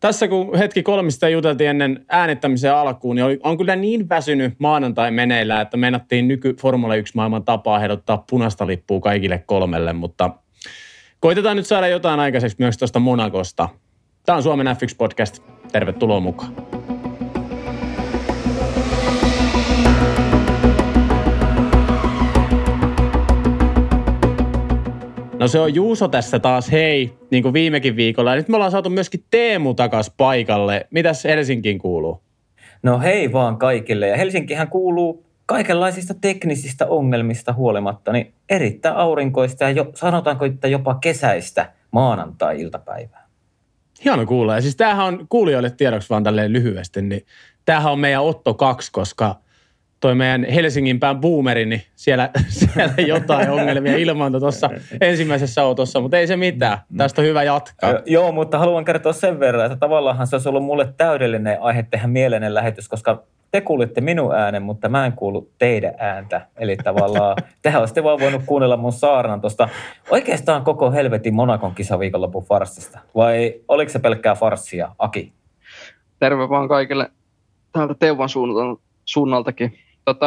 Tässä kun hetki kolmista juteltiin ennen äänittämisen alkuun, niin on kyllä niin väsynyt maanantai meneillään, että meinattiin Formula 1 maailman tapaa heiluttaa punaista lippua kaikille kolmelle, mutta koitetaan nyt saada jotain aikaiseksi myös tuosta Monacosta. Tämä on Suomen F1-podcast. Tervetuloa mukaan. No se on Juuso tässä taas, hei, niin kuin viimekin viikolla. Ja nyt me ollaan saatu myöskin Teemu takas paikalle. Mitäs Helsinkiin kuuluu? No hei vaan kaikille. Ja Helsinkihän kuuluu kaikenlaisista teknisistä ongelmista huolimatta, niin erittäin aurinkoista ja sanotaanko, että jopa kesäistä maanantai-iltapäivää. Hieno kuulla. Ja siis tämähän on kuulijoille tiedoksi vaan tälleen lyhyesti, niin tämähän on meidän Otto 2, koska toi meidän Helsingin pään boomeri, niin siellä jotain ongelmia ilmaantui tuossa ensimmäisessä autossa, mutta ei se mitään. Tästä on hyvä jatkaa. Joo, mutta haluan kertoa sen verran, että tavallaan se olisi ollut mulle täydellinen aihe tehdä mieleinen lähetys, koska te kuulitte minun äänen, mutta mä en kuulu teidän ääntä. Eli tavallaan tehän olisitte vaan voinut kuunnella mun saarnan tuosta oikeastaan koko helvetin Monacon kisaviikonlopun farssista. Vai oliko se pelkkää farssia, Aki? Terve vaan kaikille täältä Teuvan suunnaltakin.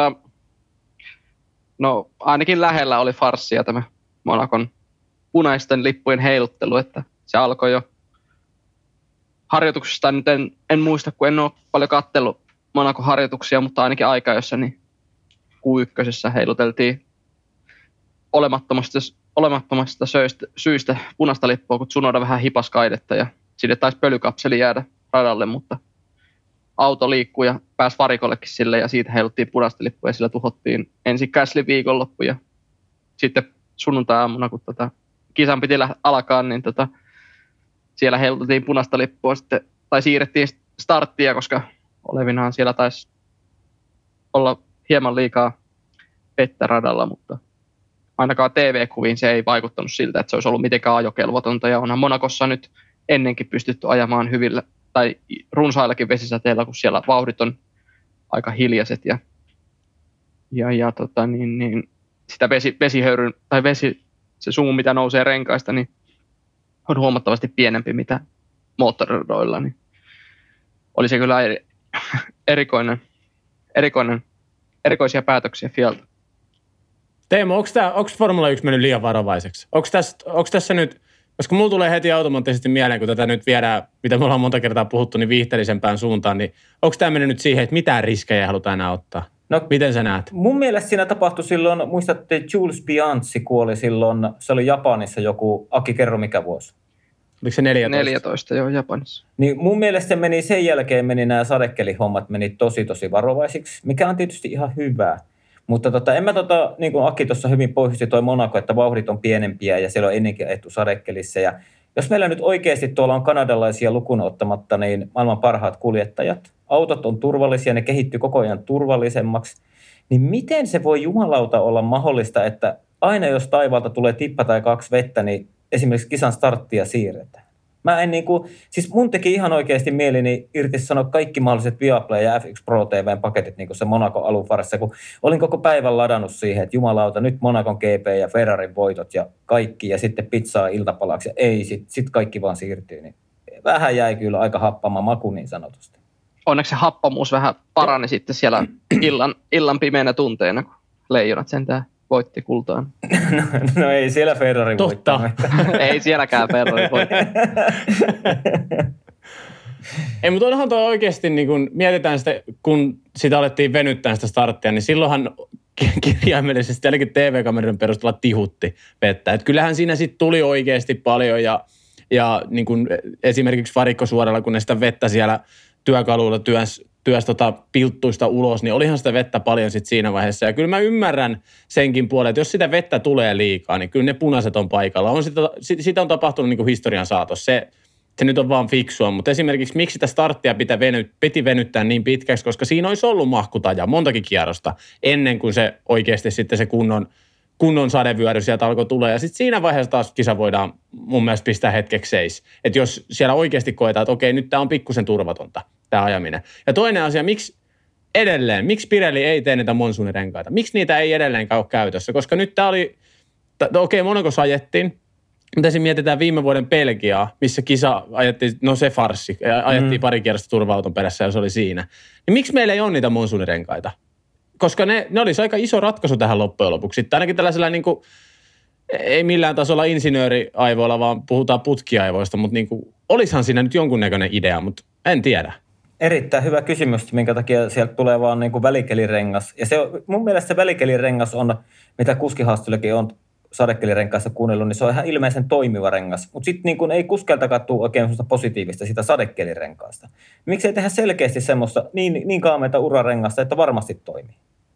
No ainakin lähellä oli farssia tämä Monacon punaisten lippujen heiluttelu, että se alkoi jo harjoituksesta. Nyt en muista, kun en ole paljon katsellut Monacon harjoituksia, mutta ainakin aika, jossa niin Q1 heiluteltiin olemattomasta syystä punaista lippua, kun Tsunoda vähän hipas kaidetta ja sinne taisi pölykapseli jäädä radalle, mutta auto liikkui ja pääsi varikollekin sille ja siitä heiluttiin punaista lippua ja sillä tuhottiin ensin Gasly viikonloppu ja sitten sunnuntai-aamuna, kun kisan piti alkaa, niin siellä heiluteltiin punaista lippua sitten, tai siirrettiin starttia, koska olevinaan siellä taisi olla hieman liikaa vettä radalla, mutta ainakaan TV-kuviin se ei vaikuttanut siltä, että se olisi ollut mitenkään ajokelvotonta ja onhan Monacossa nyt ennenkin pystytty ajamaan hyvillä tai runsaillakin vesisäteillä, kun siellä vauhdit on aika hiljaiset ja sitä vesihöyryn tai se sumu, mitä nousee renkaista, niin on huomattavasti pienempi mitä moottoriradoilla, niin oli se kyllä erikoisia päätöksiä Fialta. Teemu, onko Formula 1 mennyt liian varovaiseksi? Onko tässä nyt, koska mulla tulee heti automaattisesti mieleen, kun tätä nyt viedään, mitä me ollaan monta kertaa puhuttu, niin viihteellisempään suuntaan, niin onko tämä mennyt nyt siihen, että mitään riskejä halutaan enää ottaa? No, miten sä näet? Mun mielestä siinä tapahtui silloin, muistatte, Jules Bianchi kuoli silloin, se oli Japanissa joku, Aki, kerro mikä vuosi? Oliko se 14? 14, joo, Japanissa. Niin mun mielestä sen jälkeen meni sadekelihommat meni tosi varovaisiksi, mikä on tietysti ihan hyvä. Mutta en mä niin kuin Aki tuossa hyvin pohjusti toi Monaco, että vauhdit on pienempiä ja siellä on ennenkin ajettu sadekelissä. Ja jos meillä nyt oikeasti tuolla on kanadalaisia lukuun ottamatta, niin maailman parhaat kuljettajat, autot on turvallisia, ne kehittyy koko ajan turvallisemmaksi, niin miten se voi jumalauta olla mahdollista, että aina jos taivaalta tulee tippa tai kaksi vettä, niin esimerkiksi kisan starttia siirretään? Mä en siis mun teki ihan oikeasti mieleni irtisanoa kaikki mahdolliset Viaplay ja FX Pro TV:n paketit niin kuin se Monacon alufarissa, kun olin koko päivän ladannut siihen, että jumalauta, nyt Monacon GP ja Ferrarin voitot ja kaikki, ja sitten pizzaa iltapalaksi, ja ei, sit kaikki vaan siirtyy, niin vähän jäi kyllä aika happama maku niin sanotusti. Onneksi se happamuus vähän parani sitten siellä illan pimeänä tunteina, kun leijonat sentään voitti kultaan. No ei siellä Ferrari voittanut. Ei sielläkään Ferrari voittanut. Ei, mutta onhan toi oikeasti, niin kun mietitään sitä, kun sitä alettiin venyttää sitä starttia, niin silloinhan kirjaimellisesti ainakin TV-kameran perusteella tihutti vettä. Et kyllähän siinä sitten tuli oikeasti paljon ja niin kun esimerkiksi varikkosuoralla, kun ne sitä vettä siellä työkaluilla työs pilttuista ulos, niin olihan sitä vettä paljon sitten siinä vaiheessa. Ja kyllä mä ymmärrän senkin puolen, että jos sitä vettä tulee liikaa, niin kyllä ne punaiset on paikalla. Sitä on tapahtunut niin kuin historian saatossa. Se nyt on vaan fiksua, mutta esimerkiksi miksi sitä starttia piti venyttää niin pitkäksi, koska siinä olisi ollut mahkutaja montakin kierrosta ennen kuin se oikeasti sitten se kunnon sadevyöry sieltä alkoi tulla. Ja sitten siinä vaiheessa taas kisa voidaan mun mielestä pistää hetkeksi seis. Että jos siellä oikeasti koetaan, että okei, nyt tämä on pikkusen turvatonta, tämä ajaminen. Ja toinen asia, miksi Pirelli ei tee niitä monsuunirenkaita? Miksi niitä ei edelleenkään ole käytössä? Koska nyt tämä oli, okei, Monacossa ajettiin, mitä se mietitään viime vuoden Belgiaa, missä kisa ajettiin, no se farssi, ajettiin pari kierrosta turva-auton perässä ja se oli siinä. Niin miksi meillä ei ole niitä monsuunirenkaita? Koska ne olisi aika iso ratkaisu tähän loppujen lopuksi. Sitten ainakin tällaisella niin kuin, ei millään tasolla insinööriaivoilla, vaan puhutaan putkiaivoista, mutta niin kuin, olisihan siinä nyt jonkunnäköinen idea, mutta en tiedä. Erittäin hyvä kysymys, minkä takia sieltä tulee vaan niin kuin välikelirengas. Ja se on, mun mielestä se välikelirengas on, mitä kuskihaastelukin on sadekelirenkaassa kuunnellut, niin se on ihan ilmeisen toimiva rengas. Mutta sitten niin ei kuskeltakaan tule oikein sellaista positiivista sitä sadekelirenkaasta. Miksi ei tehdä selkeästi semmoista niin kaameita urarengasta, että varmasti toimii?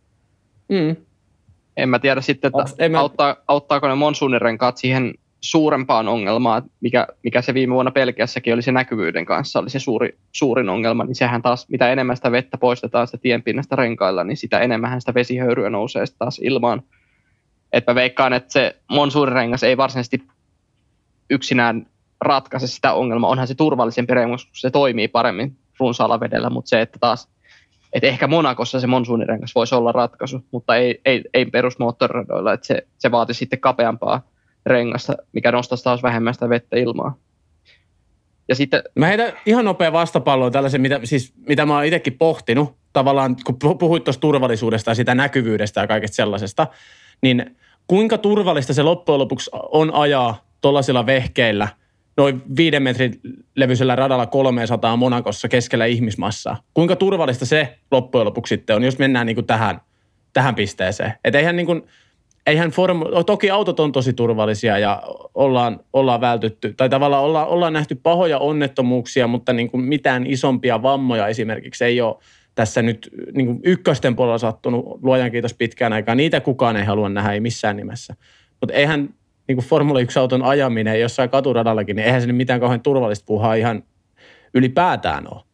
En mä tiedä sitten, että auttaako ne monsuunirenkaat siihen suurempaan ongelmaan, mikä se viime vuonna Belgiassakin oli se näkyvyyden kanssa, oli se suurin ongelma, niin sehän taas, mitä enemmän sitä vettä poistetaan sitä tienpinnasta renkailla, niin sitä enemmän sitä vesihöyryä nousee taas ilmaan. Että mä veikkaan, että se monsuunirengas ei varsinaisesti yksinään ratkaise sitä ongelmaa. Onhan se turvallisempi rengas, kun se toimii paremmin runsaalla vedellä, mutta se, että taas, että ehkä Monacossa se monsuunirengas voisi olla ratkaisu, mutta ei perusmoottoriradoilla, että se vaati sitten kapeampaa rengasta, mikä nostaisi taas vähemmän sitä vettä ilmaa. Ja sitten mä heitän ihan nopea vastapalloa tällaisen, mitä mä oon itsekin pohtinut, tavallaan kun puhuit tuosta turvallisuudesta ja sitä näkyvyydestä ja kaikesta sellaisesta, niin kuinka turvallista se loppujen lopuksi on ajaa tuollaisilla vehkeillä noin 5 metrin levyisellä radalla 300 Monacossa keskellä ihmismassaa? Kuinka turvallista se loppujen lopuksi sitten on, jos mennään niin kuin tähän pisteeseen? Että eihän toki autot on tosi turvallisia ja ollaan vältytty, tai tavallaan ollaan nähty pahoja onnettomuuksia, mutta niin kuin mitään isompia vammoja esimerkiksi ei ole tässä nyt niin kuin ykkösten puolella sattunut, luojan kiitos pitkään aikaan. Niitä kukaan ei halua nähdä, ei missään nimessä. Mutta eihän niin kuin Formula 1-auton ajaminen jossain katuradallakin, niin eihän se nyt mitään kauhean turvallista puhaa ihan ylipäätään ole.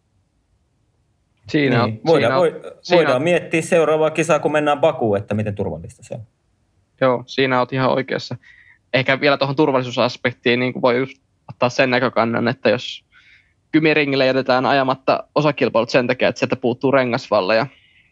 Voidaan miettiä seuraavaa kisaa, kun mennään Bakuun, että miten turvallista se on. Joo, siinä olet ihan oikeassa. Ehkä vielä tuohon turvallisuusaspektiin niin voi just ottaa sen näkökannan, että jos Kymiringille jätetään ajamatta osakilpailut sen takia, että sieltä puuttuu rengasvalleja.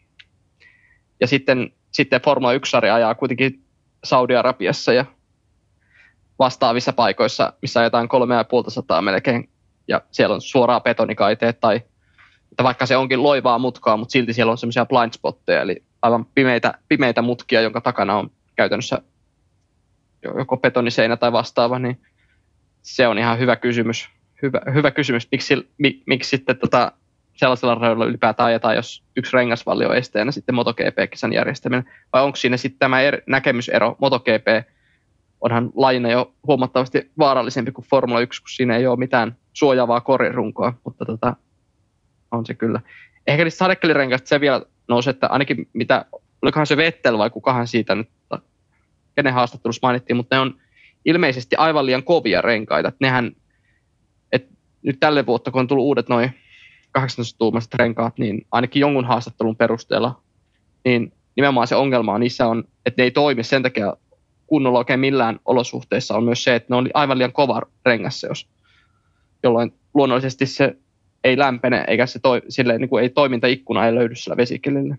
Ja sitten Formula 1-sarja ajaa kuitenkin Saudi-Arabiassa ja vastaavissa paikoissa, missä ajetaan 350 melkein. Ja siellä on suoraa betonikaiteet tai että vaikka se onkin loivaa mutkaa, mutta silti siellä on semmoisia blind spotteja, eli aivan pimeitä mutkia, jonka takana on käytännössä joko betoniseinä tai vastaava, niin se on ihan hyvä kysymys. Hyvä kysymys, miksi sitten sellaisella rajoilla ylipäätään ajetaan, jos yksi rengasvalli on esteenä sitten MotoGP-kisan järjestäminen. Vai onko siinä sitten tämä näkemysero? MotoGP onhan lajina jo huomattavasti vaarallisempi kuin Formula 1, kun siinä ei ole mitään suojaavaa korirunkoa, mutta on se kyllä. Ehkä niistä sadekelirenkaista se vielä nousi, että ainakin olikohan se Vettel vai kukahan siitä nyt, kenen haastattelussa mainittiin, mutta ne on ilmeisesti aivan liian kovia renkaita. Että nyt tälle vuotta, kun on tullut uudet noin 18-tuumaiset renkaat, niin ainakin jonkun haastattelun perusteella, niin nimenomaan se ongelma niissä on, että ne ei toimi sen takia kunnolla oikein millään olosuhteissa, on myös se, että ne on aivan liian kova rengas, jolloin luonnollisesti se ei lämpene, eikä se silleen, niin kuin ei toimintaikkuna ei löydy sillä vesikelillä.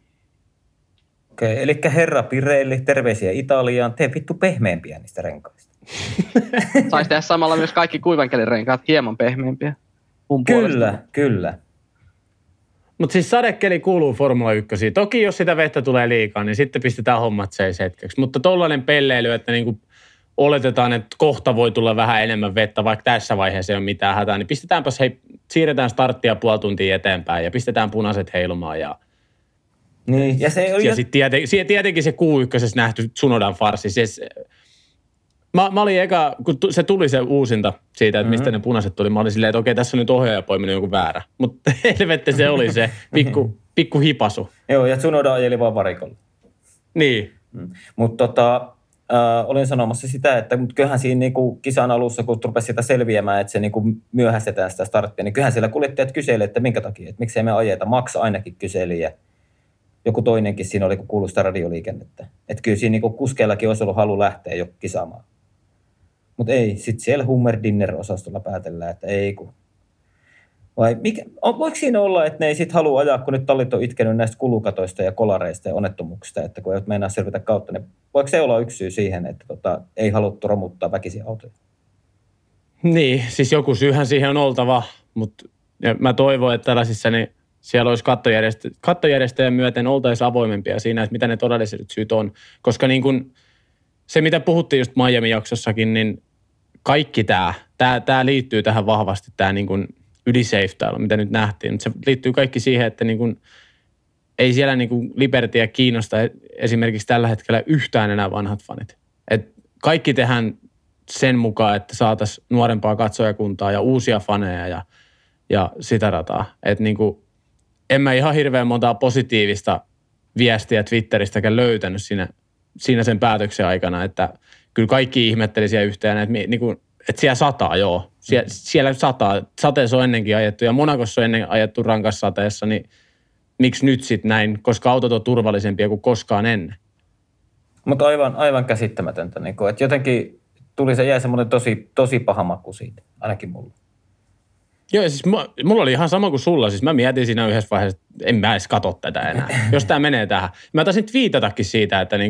Okei, eli herra Pirelli, terveisiä Italiaan, tee vittu pehmeämpiä niistä renkaista. Saisi tehdä samalla myös kaikki kuivankelirenkaat hieman pehmeämpiä. Kyllä. Mutta siis sadekeli kuuluu Formula 1. Toki jos sitä vettä tulee liikaa, niin sitten pistetään hommat seis hetkeksi. Mutta tollainen pelleily, että niinku oletetaan, että kohta voi tulla vähän enemmän vettä, vaikka tässä vaiheessa ei ole mitään hätää, niin siirretään starttia puoli tuntia eteenpäin ja pistetään punaiset heilumaan. Niin, ja sitten tietenkin se Q1 nähty Tsunodan farssi. Siis, mä olin kun se tuli se uusinta siitä, että mistä ne punaiset tuli, mä olin silleen, että okei, tässä on nyt ohjaaja poiminut joku väärä. Mutta helvette se oli se pikku hipasu. Joo, ja Tsunoda ajeli vaan varikolla. Niin. Mutta olin sanomassa sitä, että kyllähän siinä niinku kisan alussa, kun rupesi sitä selviämään, että se niinku myöhästetään sitä starttia, niin kyllähän siellä kuljettajat kyselivät, että minkä takia, että miksei me ajeta. Max ainakin kyseli ja joku toinenkin siinä oli, kun kuului sitä radioliikennettä. Että kyllä siinä niinku kuskeillakin olisi ollut halu lähteä jo kisaamaan. Mutta ei, sitten siellä Hummer-dinner-osastolla päätellään, että ei kun. Voiko siinä olla, että ne ei sitten halua ajaa, kun nyt tallit on itkenyt näistä kulukatoista ja kolareista ja onnettomuuksista, että kun ei meinaa selvitä kautta, niin voiko se olla yksi syy siihen, että ei haluttu romuttaa väkisiä autoja? Niin, siis joku syyhän siihen on oltava, mutta mä toivon, että tällaisissa niin siellä olisi kattojärjestöjen myöten oltaisiin avoimempia siinä, että mitä ne todelliset syyt on. Koska niin kun se, mitä puhuttiin just Miami-jaksossakin, niin kaikki tämä liittyy tähän vahvasti, tämä niin kun yliseiftailu, mitä nyt nähtiin. Mutta se liittyy kaikki siihen, että niin kun ei siellä niin kun Libertyä kiinnosta esimerkiksi tällä hetkellä yhtään enää vanhat fanit. Et kaikki tehdään sen mukaan, että saataisiin nuorempaa katsojakuntaa ja uusia faneja ja sitä rataa. Että niin kuin, en mä ihan hirveän montaa positiivista viestiä Twitteristäkään löytänyt siinä sen päätöksen aikana, että kyllä kaikki ihmetteli siellä yhteen, että, niin kuin, että siellä sataa, joo. Siellä sataa. Sateessa on ennenkin ajettu ja Monacossa on ennen ajettu rankassa sateessa, niin miksi nyt sitten näin, koska autot on turvallisempia kuin koskaan ennen. Mutta aivan käsittämätöntä, niin kuin, että jotenkin jäi semmoinen tosi paha maku siitä, ainakin mulla. Joo, siis mulla oli ihan sama kuin sulla. Siis mä mietin siinä yhdessä vaiheessa, että en mä edes katso tätä enää, jos tää menee tähän. Mä taisin twiitatakin siitä, että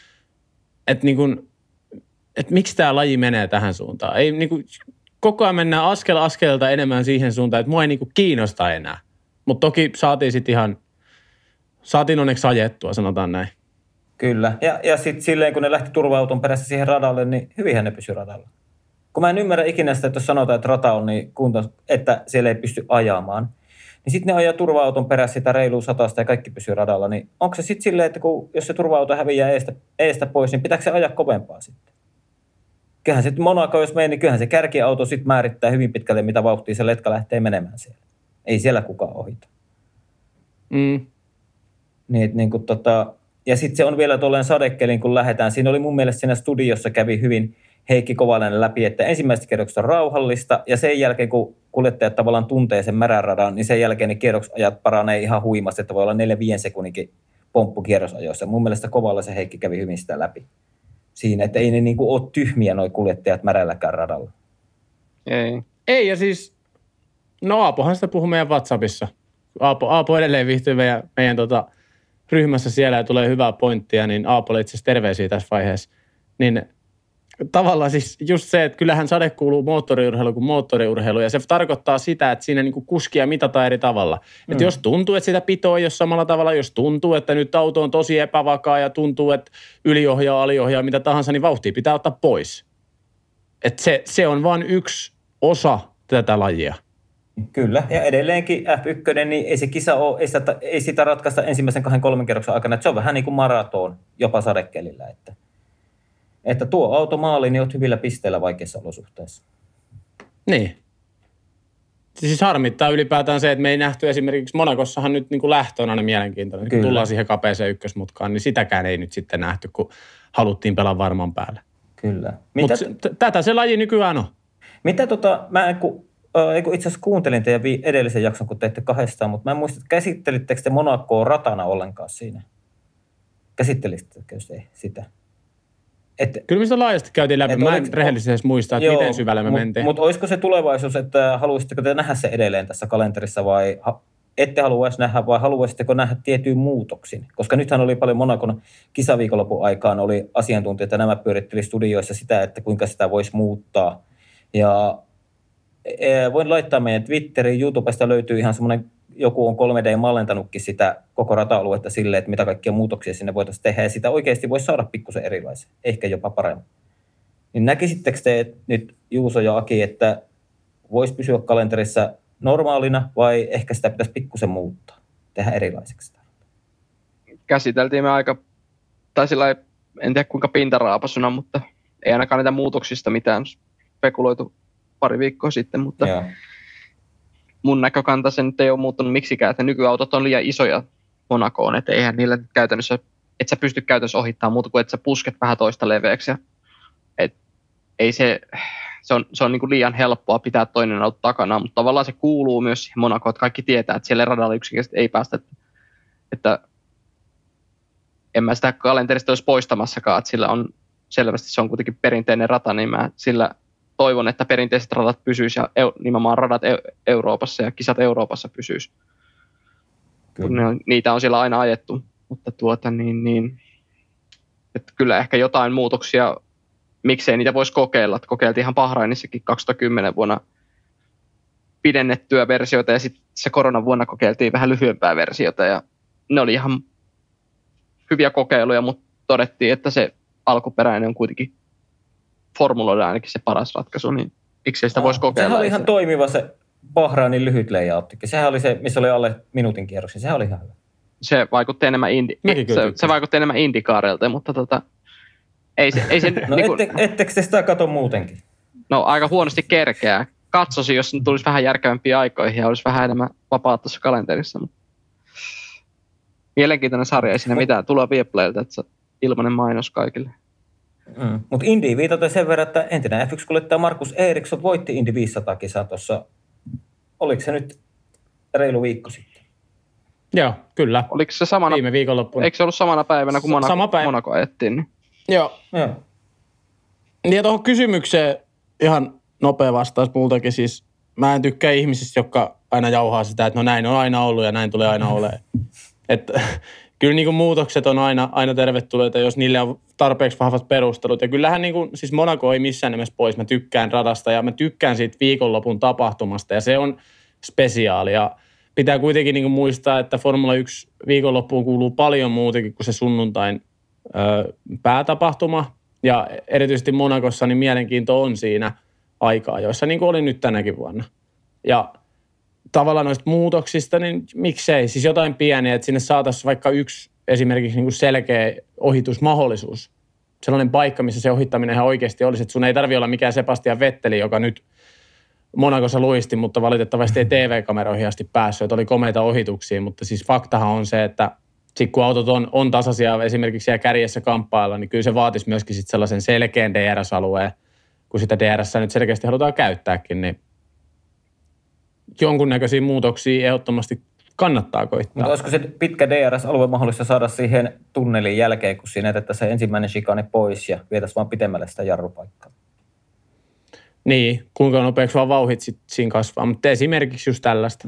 miksi tää laji menee tähän suuntaan. Ei, koko ajan mennään askel askeleelta enemmän siihen suuntaan, että mua ei kiinnosta enää. Mutta toki saatiin onneksi ajettua, sanotaan näin. Kyllä. Ja sitten silleen, kun ne lähti turva-auton perässä siihen radalle, niin hyvinhän ne pysyi radalla. Kun mä en ymmärrä ikinä sitä, että jos sanotaan, että rata on niin kunto, että siellä ei pysty ajamaan, niin sitten ne ajaa turva-auton perässä sitä reilua satasta ja kaikki pysyy radalla. Niin onko se sitten silleen, että jos se turva-auto häviää eestä pois, niin pitääkö se ajaa kovempaa sitten? Kyllähän se Monaco, jos menee, niin kyllähän se kärkiauto sitten määrittää hyvin pitkälle, mitä vauhtia se letka lähtee menemään siellä. Ei siellä kukaan ohita. Ja sitten se on vielä tuolleen sadekelin, kun lähdetään. Siinä oli mun mielestä siinä studiossa kävi hyvin Heikki Kovalainen läpi, että ensimmäiset kierrokset on rauhallista, ja sen jälkeen, kun kuljettajat tavallaan tuntee sen märän niin sen jälkeen ne kierroksajat paranee ihan huimasti, että voi olla 4-5 sekunninkin pomppu kierrosajoissa. Mun mielestä Kovalaisen Heikki kävi hyvin sitä läpi siinä, että ei ne ole tyhmiä noi kuljettajat märälläkään radalla. Ei, ja siis, Aapohan sitä puhuu meidän WhatsAppissa. Aapo edelleen viihtyy meidän ryhmässä siellä ja tulee hyvää pointtia, niin Aapolle itse asiassa terveisiä tässä vaiheessa. Niin tavallaan siis just se, että kyllähän sade kuuluu moottoriurheilu kuin moottoriurheilu, ja se tarkoittaa sitä, että siinä niin kuin kuskia mitataan eri tavalla. Että jos tuntuu, että sitä pitoa ei ole samalla tavalla, jos tuntuu, että nyt auto on tosi epävakaa ja tuntuu, että yliohjaa, aliohjaa, mitä tahansa, niin vauhtia pitää ottaa pois. Että se on vain yksi osa tätä lajia. Kyllä, ja edelleenkin F1, niin ei se kisa ole, ei sitä ratkaista ensimmäisen 2-3 kerroksen aikana, että se on vähän niin kuin maraton jopa sadekelillä, että tuo auto maaliin, niin olet hyvillä pisteillä vaikeissa olosuhteissa. Niin. Siis harmittaa ylipäätään se, että me ei nähty esimerkiksi Monacossahan nyt niin kuin lähtö on aina mielenkiintoinen. Kun tullaan siihen kapeeseen ykkösmutkaan, niin sitäkään ei nyt sitten nähty, kun haluttiin pelaa varman päälle. Kyllä. Mutta tätä se laji nykyään on. Mitä itse asiassa kuuntelin teidän edellisen jakson, kun teitte kahdestaan, mutta mä en muista, että käsittelittekö te Monacoa ratana ollenkaan siinä? Käsittelittekö sitä? Kyllä me sitä laajasti käytiin läpi. Mä en rehellisesti muista, että miten syvälle me mentiin. Mutta olisiko se tulevaisuus, että haluaisitteko te nähdä se edelleen tässä kalenterissa vai ette haluaisi nähdä vai haluaisitteko nähdä tietyin muutoksin? Koska nythän oli paljon Monacon kisaviikonlopun aikaan oli asiantuntijoita, nämä pyöritteli studioissa sitä, että kuinka sitä voisi muuttaa. Ja voin laittaa meidän Twitteriin, YouTubesta löytyy ihan semmoinen, joku on 3D-mallentanutkin sitä koko rata-aluetta silleen, että mitä kaikkia muutoksia sinne voitaisiin tehdä, ja sitä oikeasti voisi saada pikkusen erilaisen, ehkä jopa paremmin. Niin näkisittekö te nyt, Juuso ja Aki, että voisi pysyä kalenterissa normaalina, vai ehkä sitä pitäisi pikkusen muuttaa, tehdä erilaiseksi? Käsiteltiin me aika, tai sillä en tiedä kuinka pintaraapasuna, mutta ei ainakaan niitä muutoksista mitään spekuloitu pari viikkoa sitten, mutta mun näkökanta se nyt ei ole muuttunut miksikään, että nykyautot on liian isoja Monacoon, että eihän niillä käytännössä, et sä pysty käytännössä ohittamaan muuta kuin, että sä pusket vähän toista leveäksi. Et ei se on niin kuin liian helppoa pitää toinen auto takana, mutta tavallaan se kuuluu myös siihen Monacoon, että kaikki tietää, että siellä radalla yksinkertaisesti ei päästä, että en mä sitä kalenterista olisi poistamassakaan, että sillä on selvästi, se on kuitenkin perinteinen rata, niin mä sillä toivon, että perinteiset radat pysyisivät ja nimenomaan radat Euroopassa ja kisat Euroopassa pysyisivät. Niitä on siellä aina ajettu, mutta että kyllä ehkä jotain muutoksia miksei niitä voisi kokeilla. Kokeiltiin ihan Bahrainissakin 2010 vuonna pidennettyä versioita ja sitten se koronavuonna kokeiltiin vähän lyhyempää versiota ja ne oli ihan hyviä kokeiluja, mutta todettiin, että se alkuperäinen on kuitenkin formuloida ainakin se paras ratkaisu, niin miksei sitä voisi kokeilla. Sehän oli ihan toimiva se Bahrainin lyhyt layouttikin. Sehän oli se, missä oli alle minuutin kierroksia. Sehän oli ihan hyvä. Se vaikutti enemmän se vaikutti enemmän IndyCarilta, mutta ei se no niin kuin, ettekö te sitä kato muutenkin? No aika huonosti kerkeää. Katsoisin, jos tulisi vähän järkevämpiä aikoihin ja olisi vähän enemmän vapaat tuossa kalenterissa. Mutta mielenkiintoinen sarja, ei siinä mitään. Tulee Viaplaylta, että se ilmainen mainos kaikille. Mutta Indy viitaten sen verran, että entinen F1-kuljettaja Markus Eriksson voitti Indy 500-kisaa tuossa, oliko se nyt reilu viikko sitten? Joo, kyllä. Oliko se samana? Viime viikonloppuna. Eikö se ollut samana päivänä, kun Monaco ajettiin? Niin? Joo. Ja tuohon kysymykseen ihan nopea vastaus multakin siis. Mä en tykkää ihmisistä, jotka aina jauhaa sitä, että no näin on aina ollut ja näin tulee aina olemaan. Että kyllä niin kuin muutokset on aina tervetulleita, jos niille on tarpeeksi vahvat perustelut. Ja kyllähän niin kuin, siis Monaco ei missään nimessä pois. Mä tykkään radasta ja mä tykkään siitä viikonlopun tapahtumasta ja se on spesiaali. Ja pitää kuitenkin niin kuin muistaa, että Formula 1 viikonloppuun kuuluu paljon muutakin kuin se sunnuntain päätapahtuma. Ja erityisesti Monacossa niin mielenkiinto on siinä aikaa, joissa niin kuin oli nyt tänäkin vuonna. Ja tavallaan noista muutoksista, niin miksei? Siis jotain pieniä, että sinne saataisiin vaikka yksi esimerkiksi niin kuin selkeä ohitusmahdollisuus. Sellainen paikka, missä se ohittaminen ihan oikeasti olisi. Että sun ei tarvitse olla mikään Sebastian Vetteli, joka nyt Monacossa luisti, mutta valitettavasti ei TV-kameroihin asti päässyt. Että oli komeita ohituksia, mutta siis faktahan on se, että kun autot on tasaisia esimerkiksi siellä kärjessä kamppailla, niin kyllä se vaatisi myöskin sit sellaisen selkeän DRS-alueen, kun sitä DRS nyt selkeästi halutaan käyttääkin, niin jonkunnäköisiä muutoksia ehdottomasti kannattaa koittaa. Mutta olisiko se pitkä DRS-alue mahdollista saada siihen tunnelin jälkeen, kun siinä jätettäisiin se ensimmäinen chicane pois ja vietäisiin vaan pitemmälle sitä jarrupaikkaa? Niin, kuinka nopeaksi vaan vauhdit siinä kasvaa, mutta esimerkiksi just tällaista.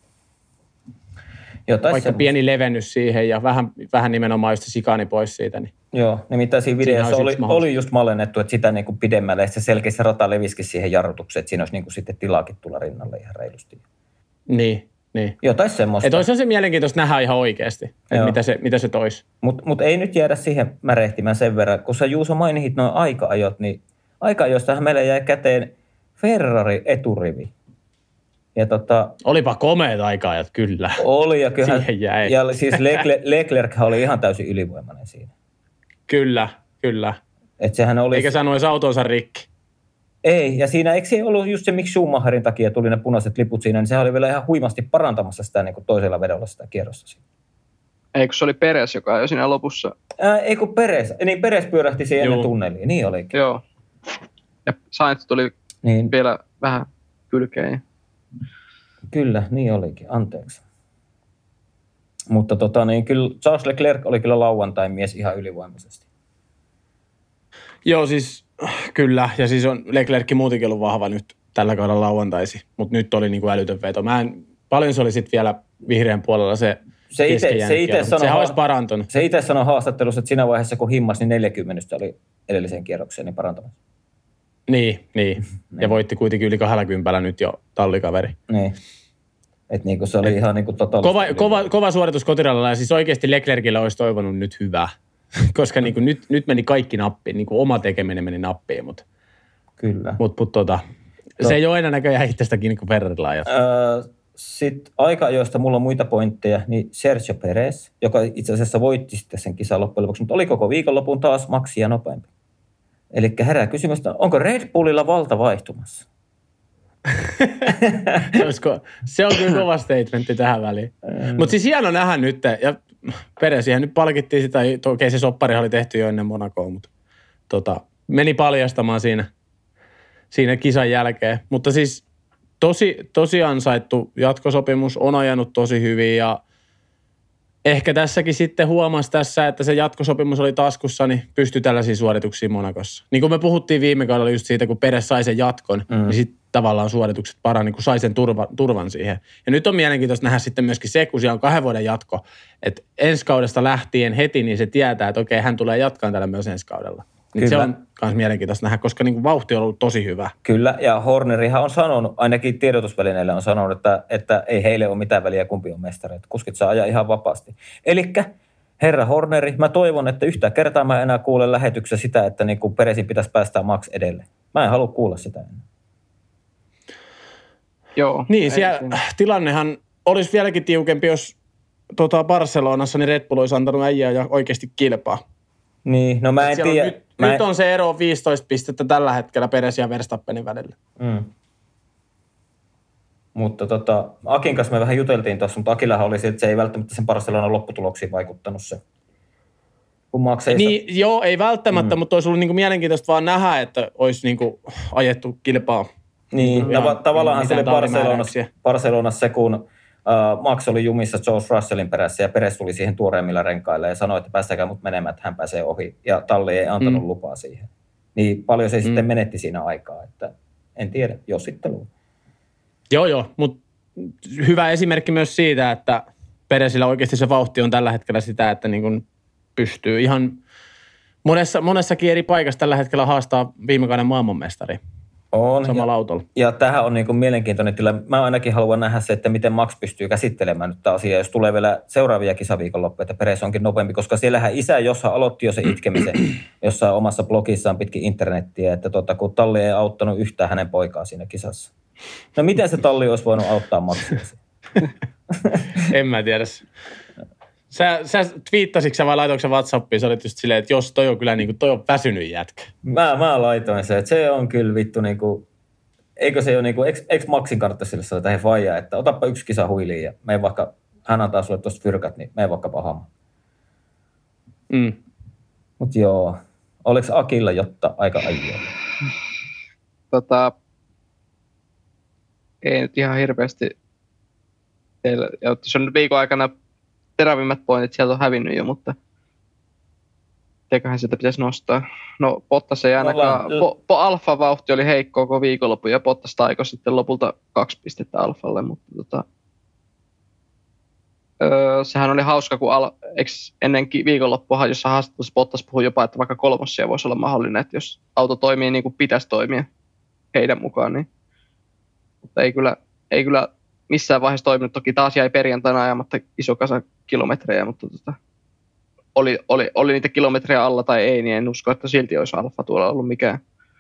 Vaikka pieni levennys siihen ja vähän nimenomaan just se chicane pois siitä. Niin. Joo, nimittäin siinä videossa oli just mallennettu, että sitä niin kuin pidemmälle, että se selkeästi rata levisikin siihen jarrutukseen, että siinä olisi niin kuin sitten tilaakin tulla rinnalle ihan reilusti. Niin. Jotain semmoista. Että olisi se mielenkiintoista nähdä ihan oikeasti, että mitä se toisi. Mut ei nyt jäädä siihen märehtimään sen verran, kun sä Juuso mainitsit noin aika-ajot, niin aika-ajoistahan meille jäi käteen Ferrari eturivi. Ja olipa komeat aika-ajat, kyllä. Oli, ja kyllähän, ja siis Leclerc oli ihan täysin ylivoimainen siinä. Kyllä. Et sehän oli... Eikä saanut edes autonsa rikki. Ei, ja siinä eikö se ollut just se, miksi Schumacherin takia tuli ne punaiset liput siinä, niin sehän oli vielä ihan huimasti parantamassa sitä niin kuin toisella vedolla sitä kierrosta. Eikö se oli Perez, joka jo siinä lopussa? Ei kun Perez. Niin Perez pyörähti siihen ennen tunneliin, niin olikin. Joo. Ja Sainz tuli vielä vähän kylkeen. Kyllä, niin olikin. Anteeksi. Mutta niin kyllä Charles Leclerc oli kyllä lauantain mies ihan ylivoimaisesti. Joo, siis kyllä. Ja siis on Leclerc muutenkin ollut vahva nyt tällä kaudella lauantaisi. Mutta nyt oli niin kuin älytön veto. Paljon se oli sitten vielä vihreän puolella se keskijänkierros. Sehän olisi parantunut. Se itse sanoi haastattelussa, että siinä vaiheessa kun himmasi, niin 40 oli edelliseen kierrokseen niin parantamassa. Niin. Ja voitti kuitenkin yli 20 nyt jo tallikaveri. Niin. Että niinku se oli ihan niinku totaalisesti. Kova suoritus kotiradalla ja siis oikeasti Leclercillä olisi toivonut nyt hyvää. Koska niinku nyt meni kaikki nappiin, niinku oma tekeminen meni nappiin, mutta kyllä. Se ei ole aina näköjään itsestäkin niin kuin Ferrarilla ajat. Sitten aika-ajoista mulla on muita pointteja, niin Sergio Perez, joka itse asiassa voitti sitten sen kisan loppujen lopuksi, mutta oli koko viikonlopun taas maksia nopeampi. Eli herää kysymys, onko Red Bullilla valta vaihtumassa? Se on kyllä kova statementti tähän väliin. Mutta siis hieno nähdä nyt, ja Perezihän nyt palkittiin sitä, okei se soppari oli tehty jo ennen Monacoa, mutta meni paljastamaan siinä kisan jälkeen. Mutta siis tosi ansaittu jatkosopimus, on ajanut tosi hyvin ja ehkä tässäkin sitten huomasi tässä, että se jatkosopimus oli taskussa, niin pystyi tällaisiin suorituksiin Monacossa. Niin kuin me puhuttiin viime kaudella just siitä, kun Perez sai sen jatkon, niin sitten tavallaan suoritukset parani, kun sai sen turvan siihen. Ja nyt on mielenkiintoista nähdä sitten myöskin se, kun siellä on 2 vuoden jatko, että ensi kaudesta lähtien heti, niin se tietää, että okei, hän tulee jatkaan tällä myös ensi kaudella. Niin se on kans mielenkiintoista nähdä, koska niin kuin vauhti on ollut tosi hyvä. Kyllä, ja Hornerihan on sanonut, ainakin tiedotusvälineille on sanonut, että ei heille ole mitään väliä, kumpi on mestari. Että kuskit saa ajaa ihan vapaasti. Elikkä, herra Horneri, mä toivon, että yhtään kertaa mä enää kuule lähetyksessä sitä, että niin kuin Peresin pitäisi päästää Max edelle. Mä en halua kuulla sitä enää. Joo. Niin, siellä tilannehan olisi vieläkin tiukempi, jos Barcelonassa niin Red Bull olisi antanut äijää ja oikeasti kilpaa. Niin, no mä en tiedä. Nyt on se ero 15 pistettä tällä hetkellä Perez ja Verstappenin välillä. Mutta Akin kanssa me vähän juteltiin tuossa, mutta Akillahan oli se, että se ei välttämättä sen Barcelonan lopputuloksiin vaikuttanut se. Kun Max ei niin, joo, ei välttämättä, mutta olisi ollut niinku mielenkiintoista vaan nähdä, että olisi niinku ajettu kilpaa. Niin, tavallaan se oli Barcelonassa se, kun Max oli jumissa George Russellin perässä ja Perez tuli siihen tuoreemmilla renkailla ja sanoi, että päästäkää mut menemään, että hän pääsee ohi. Ja talli ei antanut lupaa siihen. Niin paljon se sitten menetti siinä aikaa, että en tiedä, jossittelu. Joo, mutta hyvä esimerkki myös siitä, että Perezillä oikeasti se vauhti on tällä hetkellä sitä, että niin kuin pystyy ihan monessakin eri paikassa tällä hetkellä haastaa viimekauden maailmanmestari. On. Samalla autolla. Ja tämähän on niin kuin mielenkiintoinen tilanne. Mä ainakin haluan nähdä se, että miten Max pystyy käsittelemään nyt tämä asia, jos tulee vielä seuraavia kisaviikonloppuja, että Perez onkin nopeampi, koska siellähän isä jossain aloitti jo se itkemisen jossain omassa blogissaan pitkin internettiä, että kun talli ei auttanut yhtään hänen poikaa siinä kisassa. No miten se talli olisi voinut auttaa Maxia? En mä tiedä. Sä twiittasitko sä vai laitoitko sä WhatsAppiin? Sä olit just silleen, että jos toi on kyllä niin toi on väsynyt jätkä. Mä laitoin se, että se on kyllä vittu niinku, eikö se ole niinku, eikö Maxin kannattaisi sille sanoa tähän faijaa, että otappa yksi kisa huiliin ja mene vaikka, hän antaa sulle tuosta fyrkat, niin mene vaikka pahamaan. Mut joo, oliko Akilla jotta aika ajoa? Ei nyt ihan hirveästi teillä, se on nyt viikon aikana terävimmät pointit sieltä on hävinnyt jo, mutta eiköhän sitä pitäisi nostaa. No Bottas ei ainakaan, Alfa-vauhti oli heikko koko viikonloppu ja Bottas taikoi sitten lopulta 2 pistettä Alfalle, mutta sehän oli hauska, kun ennen viikonloppua, jossa haastattelussa Bottas puhui jopa, että vaikka kolmossia voisi olla mahdollinen, että jos auto toimii niin kuin pitäisi toimia heidän mukaan, niin mutta ei kyllä missään vaiheessa toiminut. Toki taas jäi perjantaina ajamatta iso kasa kilometrejä, mutta oli niitä kilometrejä alla tai ei, niin en usko, että silti olisi Alfa tuolla ollut mikään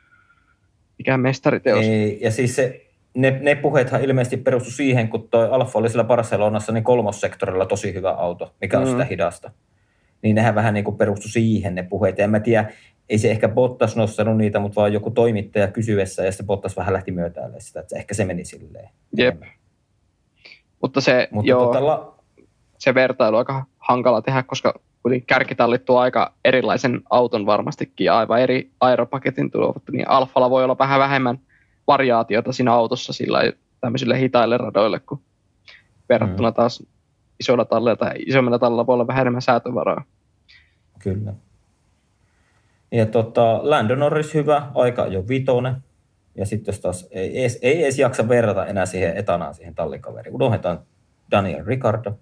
mestariteos. Ei, ja siis ne puheethan ilmeisesti perustu siihen, kun toi Alfa oli siellä Barcelonassa, niin kolmossektorilla tosi hyvä auto, mikä on sitä hidasta. Niin nehän vähän niin kuin perustu siihen ne puheet. Ja en mä tiedä, ei se ehkä Bottas nostanut niitä, mutta vaan joku toimittaja kysyessä, ja sitten Bottas vähän lähti myötäille sitä, että ehkä se meni silleen. Jep. Mutta se vertailu on aika hankala tehdä, koska kuitenkin kärkitallit tuo aika erilaisen auton varmastikin ja aivan eri aeropaketin tuovat, niin Alfalla voi olla vähän vähemmän variaatiota siinä autossa sillä tämmöisille hitaille radoille, kun verrattuna taas isoilla talleilla tai isommilla talleilla voi olla vähän enemmän säätövaraa. Kyllä. Ja Lando Norris hyvä, aika jo 5. Ja sitten jos taas ei edes jaksa verrata enää siihen etanaan siihen tallikaveriin. Unohdetaan Daniel Ricciardo.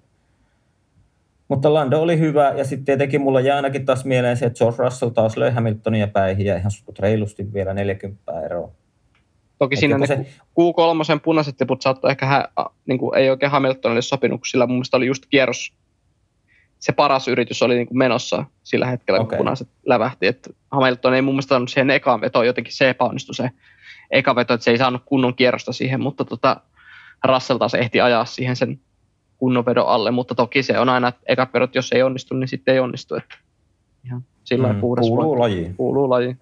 Mutta Lando oli hyvä ja sitten tietenkin mulla jää ainakin taas mieleen se, että George Russell taas löi Hamiltonia päihin ja ihan sutut reilusti vielä 40 eroa. Toki siinä ne Q3 punaiset liput saattoi ehkä, niin kuin ei oikein Hamiltonille sopinut, sillä mun mielestä oli just kierros. Se paras yritys oli niin kuin menossa sillä hetkellä, kun punaiset lävähti. Että Hamilton ei mun mielestä saanut siihen ekaan vetoon, jotenkin se epäonnistui se eka veto, että se ei saanut kunnon kierrosta siihen, mutta Russell taas ehti ajaa siihen sen kunnon vedon alle, mutta toki se on aina, että ekat vedot, jos ei onnistu, niin sitten ei onnistu. Että ihan sillä puhdas kuuluu lajiin. Kuuluu lajiin.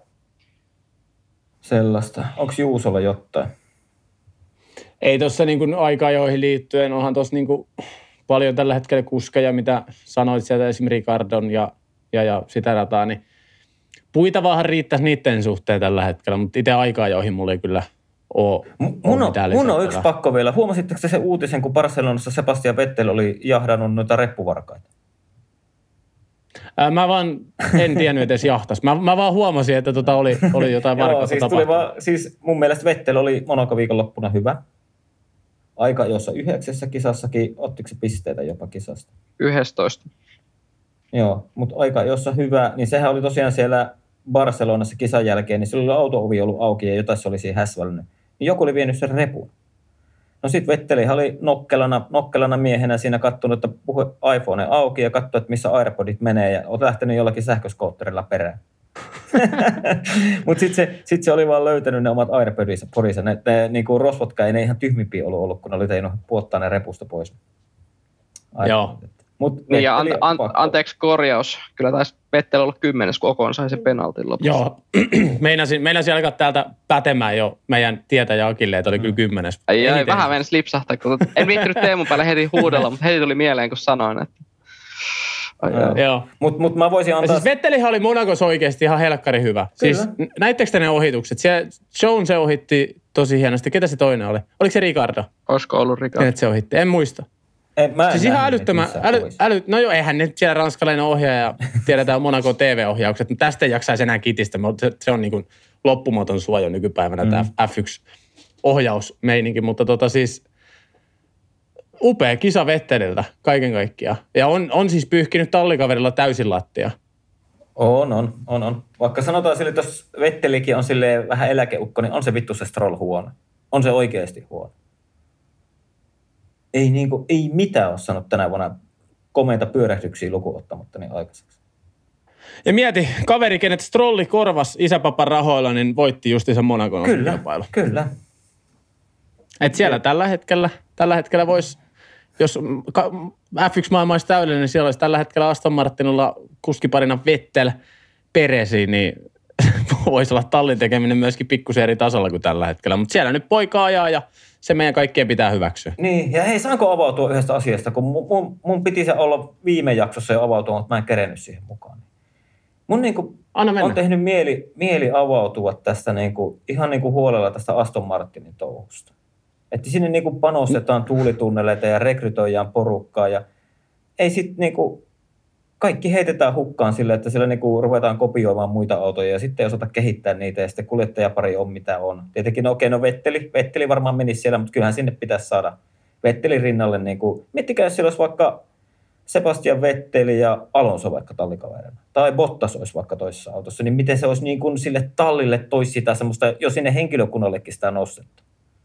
Sellaista. Onko Juusolla jotain? Ei tuossa niin aika-ajoihin liittyen, onhan tuossa niin paljon tällä hetkellä kuskeja, mitä sanoit sieltä esimerkiksi Ricciardon ja sitä rataa, niin puita vaan riittäisi niiden suhteen tällä hetkellä, mutta itse aika-ajoihin mulla ei kyllä ole mitään lisättävää. Mun on yksi pakko vielä. Huomasitteko se uutisen, kun Barcelonassa Sebastian Vettel oli jahdannut noita reppuvarkaita? Mä vaan en tiennyt edes jahtas. Mä vaan huomasin, että oli jotain varkautta tapahtunut. Siis mun mielestä Vettel oli Monaco-viikonloppuna hyvä. Aika jossa 9 kisassakin, ottiko se pisteitä jopa kisasta? 11. Joo, mutta aika jossa hyvä, niin sehän oli tosiaan siellä Barcelonassa kisan jälkeen, niin sillä oli auto-ovi ollut auki ja jotain se oli siinä häsvällynyt. Niin joku oli vienyt sen repun. No sit Vetteli oli nokkelana miehenä siinä kattonut, että iPhone auki ja katsoi, että missä AirPodit menee ja olet lähtenyt jollakin sähköskootterilla perään. Mutta sitten se oli vaan löytänyt ne omat AirPodinsa. Ne niinku rosvotkaan ei ne ihan tyhmimpiä ollut, kun ne oli teinut puottaa ne repusta pois. Joo. Niin ja anteeksi korjaus. Kyllä taisi Vettel olla 10, kun Ocon sai sen penaltin lopussa. Joo, meinasin alkaa täältä pätemään jo meidän tietäjä Akille, että oli kyllä 10. Ai, vähän mennessä lipsahtaa, kun en viittynyt Teemun päälle heti huudella, mutta heti tuli mieleen, kun sanoin, että... Joo. Mut mä voisin antaa... Siis Vettelihan oli Monacossa oikeasti ihan helkkari hyvä. Kyllä. Siis näittekö te ne ohitukset? Jones se ohitti tosi hienosti. Ketä se toinen oli? Oliko se Ricardo? Olisiko ollut Ricardo? Kenet se ohitti? En muista. Siis ihan älyttömän, no joo, eihän nyt siellä ranskalainen ohjaaja, tiedetään Monaco TV-ohjaukset, mutta tästä ei jaksaisi enää kitistä, mutta se on niin kuin loppumaton suojo nykypäivänä tämä F1-ohjausmeininki, mutta siis upea kisa Vetteliltä kaiken kaikkiaan. Ja on siis pyyhkinyt tallikaverilla täysin lattia. On. Vaikka sanotaan sille, että jos Vettelikin on silleen vähän eläkeukko, niin on se vittu se Stroll huono. On se oikeasti huono. Ei mitään ole sanonut tänä vuonna komeita pyörähdyksiä lukuun ottamatta niin aikaiseksi. Ja mieti, kaveri, kenet Strolli korvas isäpapan rahoilla, niin voitti justiinsa Monacon kilpailu. Kyllä. Et siellä tällä hetkellä voisi, jos F1-maailma olisi täydellinen, niin siellä olisi tällä hetkellä Aston Martinilla kuskiparina Vettel, Peresi, niin voisi olla tallin tekeminen myöskin pikkusen eri tasolla kuin tällä hetkellä. Mutta siellä nyt poika ajaa ja se meidän kaikkien pitää hyväksyä. Niin, ja hei, saanko avautua yhdestä asiasta, kun mun piti se olla viime jaksossa jo avautua, mutta mä en kerennyt siihen mukaan. Mun on tehnyt mieli avautua tästä ihan huolella tästä Aston Martinin touhusta. Että sinne panostetaan tuulitunneleita ja rekrytoidaan porukkaa ja ei sitten kaikki heitetään hukkaan sille, että siellä ruvetaan kopioimaan muita autoja ja sitten ei osata kehittää niitä ja sitten kuljettajapari on mitä on. Tietenkin Vetteli varmaan menisi siellä, mutta kyllähän sinne pitäisi saada Vettelin rinnalle. Miettikää, jos siellä olisi vaikka Sebastian Vetteli ja Alonso vaikka tallikaverina. Tai Bottas olisi vaikka toisessa autossa, niin miten se olisi sille tallille toisi sitä semmoista, jo sinne henkilökunnallekin sitä nostetta.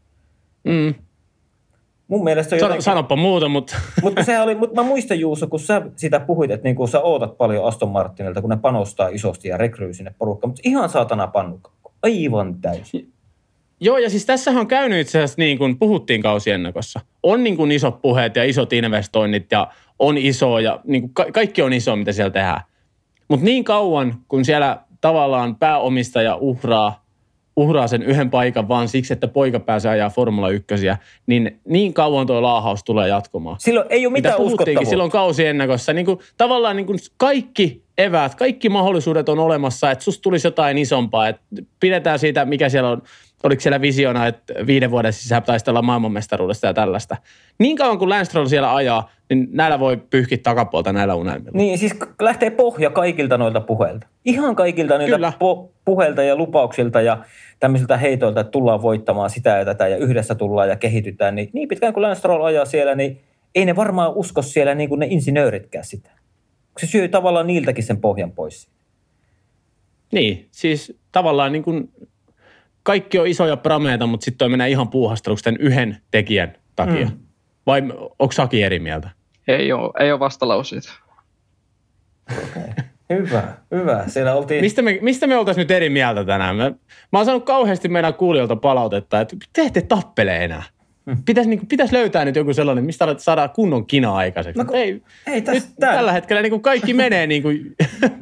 Mun mielestä Sanoppa muuta, mutta... Mutta mä muistan, Juuso, kun sä sitä puhuit, että sä ootat paljon Aston Martinilta, kun ne panostaa isosti ja rekryy sinne porukkaan, mutta ihan saatana pannukakko. Aivan täysin. Joo, ja siis tässähän on käynyt itse asiassa niin kuin puhuttiin kausiennakossa. On niin kuin isot puheet ja isot investoinnit ja on iso ja niin kuin kaikki on iso, mitä siellä tehdään. Mutta niin kauan, kun siellä tavallaan pääomistaja uhraa sen yhden paikan vaan siksi, että poika pääsee ajaa Formula 1, niin kauan tuo laahaus tulee jatkumaan. Silloin ei ole mitään uskottavuutta. Silloin kausiennakossa. Tavallaan kaikki eväät, kaikki mahdollisuudet on olemassa, että susta tulisi jotain isompaa. Että pidetään siitä, mikä siellä on, oliko siellä visiona, että 5 vuoden sisään taistellaan maailmanmestaruudesta ja tällaista. Niin kauan kuin Lance Stroll siellä ajaa, niin näillä voi pyyhkiä takapuolta näillä unelmilla. Niin, siis lähtee pohja kaikilta noilta puheilta. Ihan kaikilta noilta puheilta ja lupauksilta ja tämmöisiltä heitoilta, että tullaan voittamaan sitä ja tätä ja yhdessä tullaan ja kehitytään. Niin pitkään kuin Lance Stroll ajaa siellä, niin ei ne varmaan usko siellä niin kuin ne insinööritkään sitä. Se syö tavallaan niiltäkin sen pohjan pois. Niin, siis tavallaan niin kuin kaikki on isoja prameita, mutta sitten toi menee ihan puuhasteluksi tämän yhden tekijän takia. Vai onko Saki eri mieltä? Ei ole vastalauseita. Okay. Hyvä. Siellä oltiin... Mistä me oltaisiin nyt eri mieltä tänään? Mä oon saanut kauheasti meidän kuulijoilta palautetta, että te ette tappele enää. Pitäisi löytää nyt joku sellainen, mistä saadaan kunnon kina aikaiseksi. No, tällä hetkellä niin kuin kaikki menee niin kuin,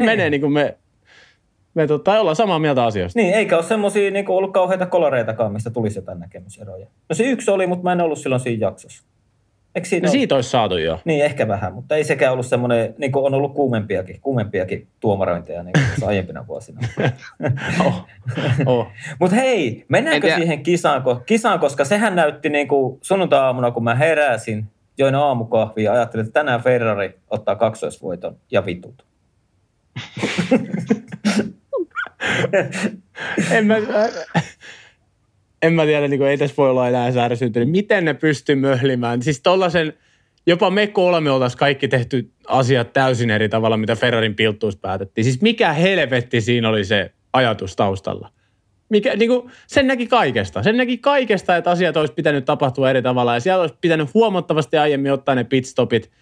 me ollaan samaa mieltä asioista. Niin, eikä ole semmoisia ollut kauheita kolareitakaan, mistä tulisi jotain näkemyseroja. No se yksi oli, mutta mä en ollut silloin siinä jaksossa. Siitä olisi saatu jo. Niin, ehkä vähän, mutta ei sekään ollut semmoinen, niin kuin on ollut kuumempiakin tuomarointeja niin kuin aiempina vuosina. Mutta hei, mennäänkö siihen kisaan, koska sehän näytti niin kuin sunnuntai-aamuna, kun mä heräsin, join aamukahvia ja ajattelin, että tänään Ferrari ottaa kaksoisvoiton ja vitut. En mä tiedä, niin ei tässä voi olla enää ärsyyntynyt. Miten ne pystyy möhlimään? Siis tollasen jopa me 3 oltaisiin kaikki tehty asiat täysin eri tavalla, mitä Ferrarin pilttuus päätettiin. Siis mikä helvetti siinä oli se ajatus taustalla? Sen näki kaikesta. Sen näki kaikesta, että asiat olisi pitänyt tapahtua eri tavalla ja siellä olisi pitänyt huomattavasti aiemmin ottaa ne pitstopit.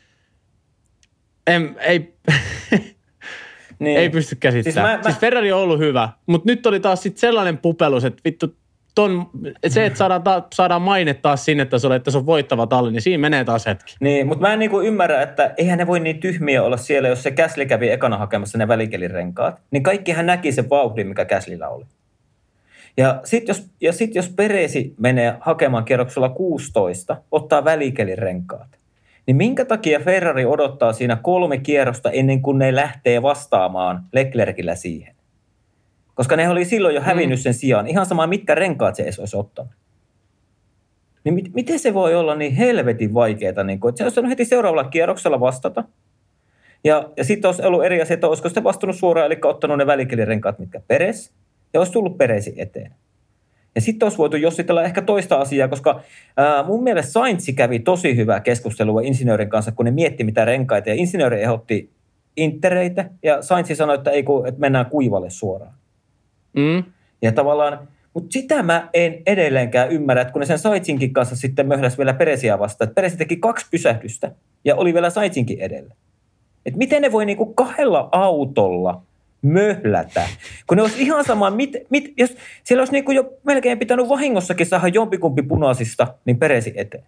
Ei pysty käsittämään. Siis Ferrari on ollut hyvä, mutta nyt oli taas sit sellainen pupelus, että vittu, se, että saadaan maine taas sinne tasolle, että se on voittava talli, niin siinä menee taas hetki. Niin, mutta mä en ymmärrä, että eihän ne voi niin tyhmiä olla siellä, jos se Gasly kävi ekana hakemassa ne välikelirenkaat, niin kaikkihan näki sen vauhdin, mikä Gaslyllä oli. Ja sit jos Peresi menee hakemaan kierroksella 16, ottaa välikelirenkaat, niin minkä takia Ferrari odottaa siinä 3 kierrosta ennen kuin ne lähtee vastaamaan Leclercillä siihen? Koska ne oli silloin jo hävinnyt sen sijaan. Ihan sama, mitkä renkaat se edes olisi ottanut. Niin miten se voi olla niin helvetin vaikeaa? Niin että se olisi heti seuraavalla kierroksella vastata. Ja sitten olisi ollut eri asia, että olisiko se vastannut suoraan, eli ottanut ne välikelirenkaat, mitkä Perez, ja olisi tullut Perezi eteen. Ja sitten olisi voitu jossitella ehkä toista asiaa, koska mun mielestä Sainz kävi tosi hyvää keskustelua insinöörin kanssa, kun ne mietti mitä renkaita, ja insinööri ehdotti intereitä, ja Sainz sanoi, että että mennään kuivalle suoraan. Ja tavallaan, mutta sitä mä en edelleenkään ymmärrä, että kun ne sen Sainzinkin kanssa sitten möhläsi vielä Pereziä vastaan, että Perezi teki 2 pysähdystä, ja oli vielä Sainzinkin edellä. Että miten ne voi niinku 2 autolla möhlätä, kun ne olisi ihan sama, jos siellä olisi niinku jo melkein pitänyt vahingossakin saada jompikumpi punaisista, niin Perezi eteen.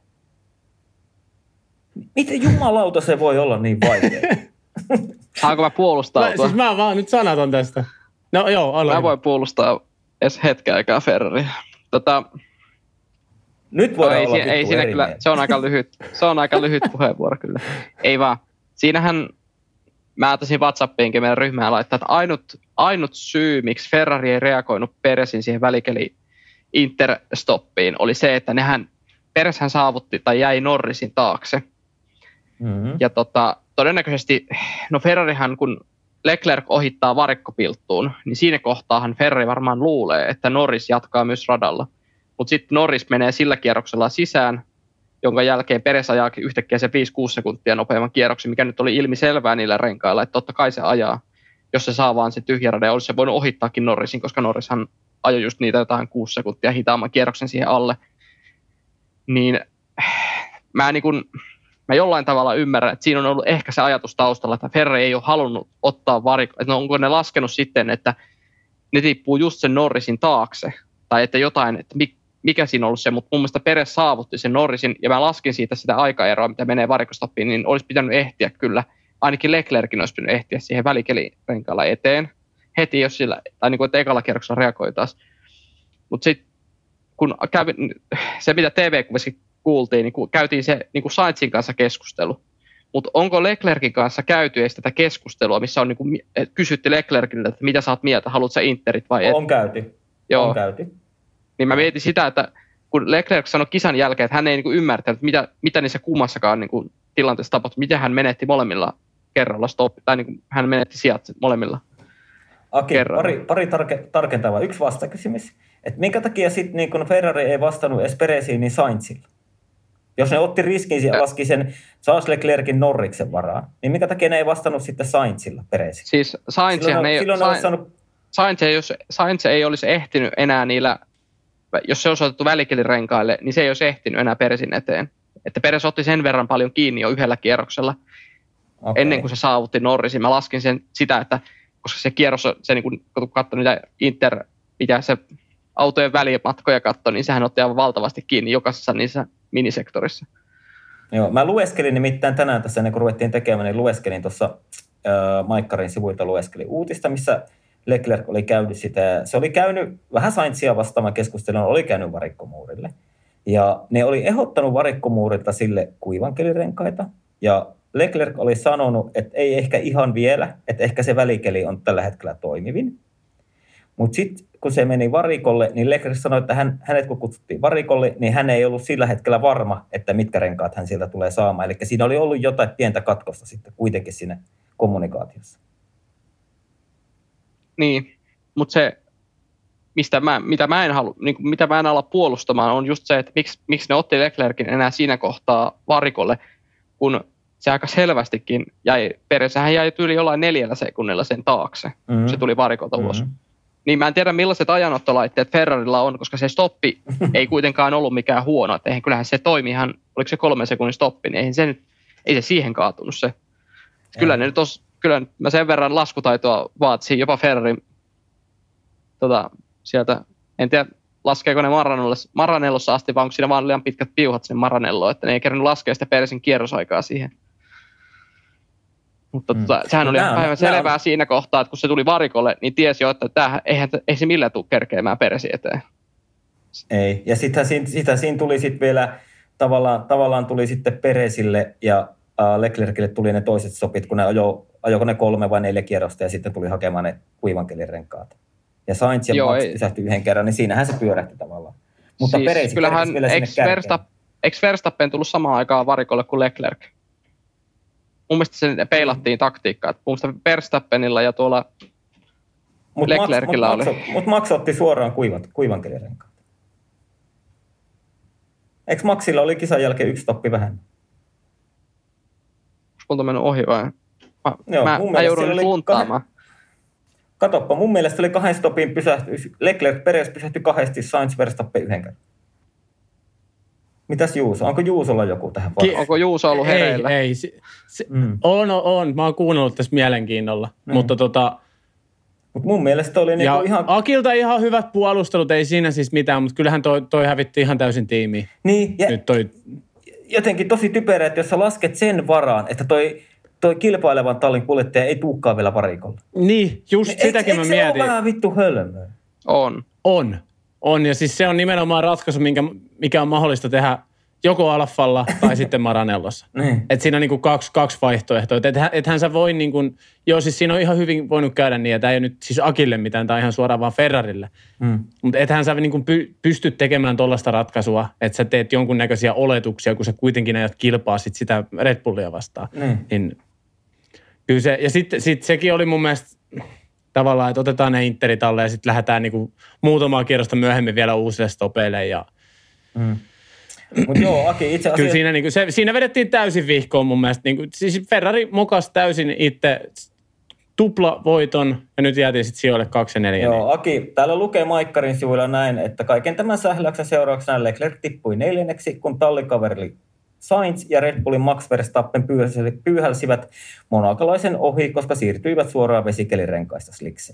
Miten jumalauta se voi olla niin vaikea? Saanko mä puolustaa? Siis mä vaan nyt sanaton tästä. No joo, aloin. Mä voin puolustaa edes hetken aikaa Ferraria. Nyt voi olla ei siinä kyllä, se on aika lyhyt puheenvuoro kyllä. Ei vaan. Siinähän mä ottaisin WhatsAppiinkin meidän ryhmään laittaa, että ainut syy, miksi Ferrari ei reagoinut Perezin siihen välikeli interstoppiin, oli se, että Perezhän saavutti tai jäi Norrisin taakse. Mm-hmm. Ja todennäköisesti, Ferrarihan kun Leclerc ohittaa varikkopilttuun, niin siinä kohtaahan Ferrari varmaan luulee, että Norris jatkaa myös radalla. Mutta sitten Norris menee sillä kierroksella sisään, jonka jälkeen Perez ajaakin yhtäkkiä se 5-6 sekuntia nopeamman kierroksen, mikä nyt oli ilmiselvää niillä renkailla, että totta kai se ajaa, jos se saa vaan se tyhjä rada, ja olisi se voinut ohittaakin Norrisin, koska Norrishan ajoi just niitä jotain 6 sekuntia hitaamman kierroksen siihen alle. Niin mä jollain tavalla ymmärrän, että siinä on ollut ehkä se ajatus taustalla, että Ferrari ei ole halunnut ottaa että onko ne laskenut sitten, että ne tippuu just sen Norrisin taakse, tai että jotain, että mikä siinä on ollut se, mutta mun mielestä Perez saavutti sen Norrisin, ja mä laskin siitä sitä aikaeroa, mitä menee varikkostoppiin, niin olisi pitänyt ehtiä kyllä, ainakin Leclercin olisi pitänyt ehtiä siihen välikelirenkaalla eteen, heti jos sillä, tai niin kuin, että ekalla kierroksella reagoi taas. Mutta sitten, kun se mitä TV-kuvissa kuultiin, niin käytiin se niin kuin Sainzin kanssa keskustelu, mutta onko Leclercin kanssa käyty edes tätä keskustelua, missä on niin kuin, kysytty Leclerciltä, että mitä sä oot mieltä, haluatko sä interit vai et? On käyty. Joo. On käyty. Niin mä mietin sitä, että kun Leclerc sanoi kisan jälkeen, että hän ei niin ymmärtänyt, mitä niissä kummassakaan niin tilanteessa tapahtui, miten hän menetti molemmilla kerralla tai niin hän menetti sijat molemmilla kerralla. Pari tarkentavaa. Yksi vastakysymys. Että minkä takia sitten niin kun Ferrari ei vastannut edes Pereziin, niin Sainzilla? Jos ne otti riskin ja laski sen Charles Leclercin Norriksen varaan, niin minkä takia ne ei vastannut sitten Sainzilla Pereziin? Siis Sainz ei olisi ehtinyt enää niillä, jos se olisi otettu välikelirenkaille, niin se ei olisi ehtinyt enää Perezin eteen. Että Perez otti sen verran paljon kiinni jo yhdellä kierroksella, ennen kuin se saavutti Norrisin. Mä laskin sitä, että koska se kierros, se niin kun katsoi niitä mitä se autojen välimatkoja katsoi, niin sehän otti aivan valtavasti kiinni jokaisessa niissä minisektorissa. Joo, mä lueskelin nimittäin tänään tässä, ennen kuin ruvettiin tekemään, niin lueskelin tuossa Maikkarin sivuilta lueskelin uutista, missä Leclerc oli käynyt sitä, se oli käynyt vähän Sainzia vastaamaan keskustelun, oli käynyt varikkomuurille. Ja ne oli ehdottanut varikkomuurilta sille kuivankelirenkaita, ja Leclerc oli sanonut, että ei ehkä ihan vielä, että ehkä se välikeli on tällä hetkellä toimivin. Mutta sitten kun se meni varikolle, niin Leclerc sanoi, että hänet kun kutsuttiin varikolle, niin hän ei ollut sillä hetkellä varma, että mitkä renkaat hän sieltä tulee saamaan. Eli siinä oli ollut jotain pientä katkosta sitten kuitenkin siinä kommunikaatiossa. Niin, mutta se, mitä mä en ala puolustamaan, on just se, että miksi ne otti Leclercin enää siinä kohtaa varikolle, kun se aika selvästikin Peresähän jäi yli jollain 4 sekunnilla sen taakse, kun se tuli varikolta ulos. Niin mä en tiedä, millaiset ajanottolaitteet Ferrarilla on, koska se stoppi ei kuitenkaan ollut mikään huono. Että kyllähän se toimi ihan, oliko se 3 sekunnin stoppi, niin ei se siihen kaatunut se. Kyllä ne nyt kyllä mä sen verran laskutaitoa vaatsin jopa Ferrarin sieltä, en tiedä laskeeko ne Maranellossa asti, vai onko siinä vaan liian pitkät piuhat sen Maranelloon, että ne ei kerännyt laskea sitä Peresin kierrosaikaa siihen. Mutta sehän oli ihan päivän selvää siinä kohtaa, että kun se tuli varikolle, niin tiesi jo, että ei se millään tule kerkeämään Peresi eteen. Ei, ja sitä siinä tuli sitten vielä, tavallaan tuli sitten Peresille ja Leclercille tuli ne toiset sopit, kun ne ajoiko ne 3 vai 4 kierrosta ja sitten tuli hakemaan ne kuivankelirenkaat. Ja Sainz ja Max pysähtyi yhden kerran, niin siinähän se pyörähti tavallaan. Mutta siis, Peresi vielä sinne kärkeen. Eikö Verstappen tullut samaan aikaan varikolle kuin Leclerc? Mun mielestä se peilattiin taktiikkaa. Mun mielestä Verstappenilla ja tuolla Leclercillä oli. Mutta Max otti suoraan kuivankelirenkaat. Eikö Maxilla oli kisan jälkeen 1 stoppi vähemmän? Onko multa mennyt ohi vai? Mä joudun nyt luntaamaan. Katoppa, mun mielestä oli 2 stopin Leclerc Perez pysähtyi 2, Sainz Verstappen 1 kerran. Mitäs Juuso? Onko Juusolla joku tähän varmaan? Onko Juuso ollut hereillä? Ei. On. Mä oon kuunnellut tässä mielenkiinnolla. Mutta Mut mun mielestä oli niinku ihan... Akilta ihan hyvät puolustelut, ei siinä siis mitään, mutta kyllähän toi hävitti ihan täysin tiimiin. Niin, ja nyt jotenkin tosi typerä, että jos sä lasket sen varaan, että toi kilpailevan tallin kuljettaja ei tuukaan vielä varikolla. Niin, just sitäkin mä mietin. Eikö se ole vähän vittu hölmöä? On, ja siis se on nimenomaan ratkaisu, mikä on mahdollista tehdä joko Alfalla tai sitten Maranellossa. Että siinä on niinku kaksi vaihtoehtoa. Ethän sä voi niinku, siis siinä on ihan hyvin voinut käydä niin, että ei nyt siis Akille mitään, tai ihan suoraan vaan Ferrarille. Mutta ethän sä niinku pysty tekemään tollaista ratkaisua, että sä teet jonkunnäköisiä oletuksia, kun sä kuitenkin ajat kilpaa sitä Red Bullia vastaan. Niin, kyllä se, ja sitten sekin oli mun mielestä tavallaan, että otetaan ne Interit alle ja sitten lähdetään niinku muutamaa kierrosta myöhemmin vielä uusille stopeille ja... Mutta joo, Aki itse asiassa... Kyllä siinä vedettiin täysin vihkoon mun mielestä. Siis Ferrari mokasi täysin itse tuplavoiton ja nyt jäätiin sitten sijoille 2 ja 4. Joo, Aki, täällä lukee Maikkarin sivuilla näin, että kaiken tämän sähläyksen seurauksena Leclerc tippui 4, kun tallikaveri Sainz ja Red Bullin Max Verstappen pyyhälsivät monakalaisen ohi, koska siirtyivät suoraan vesikelirenkaista slikseen.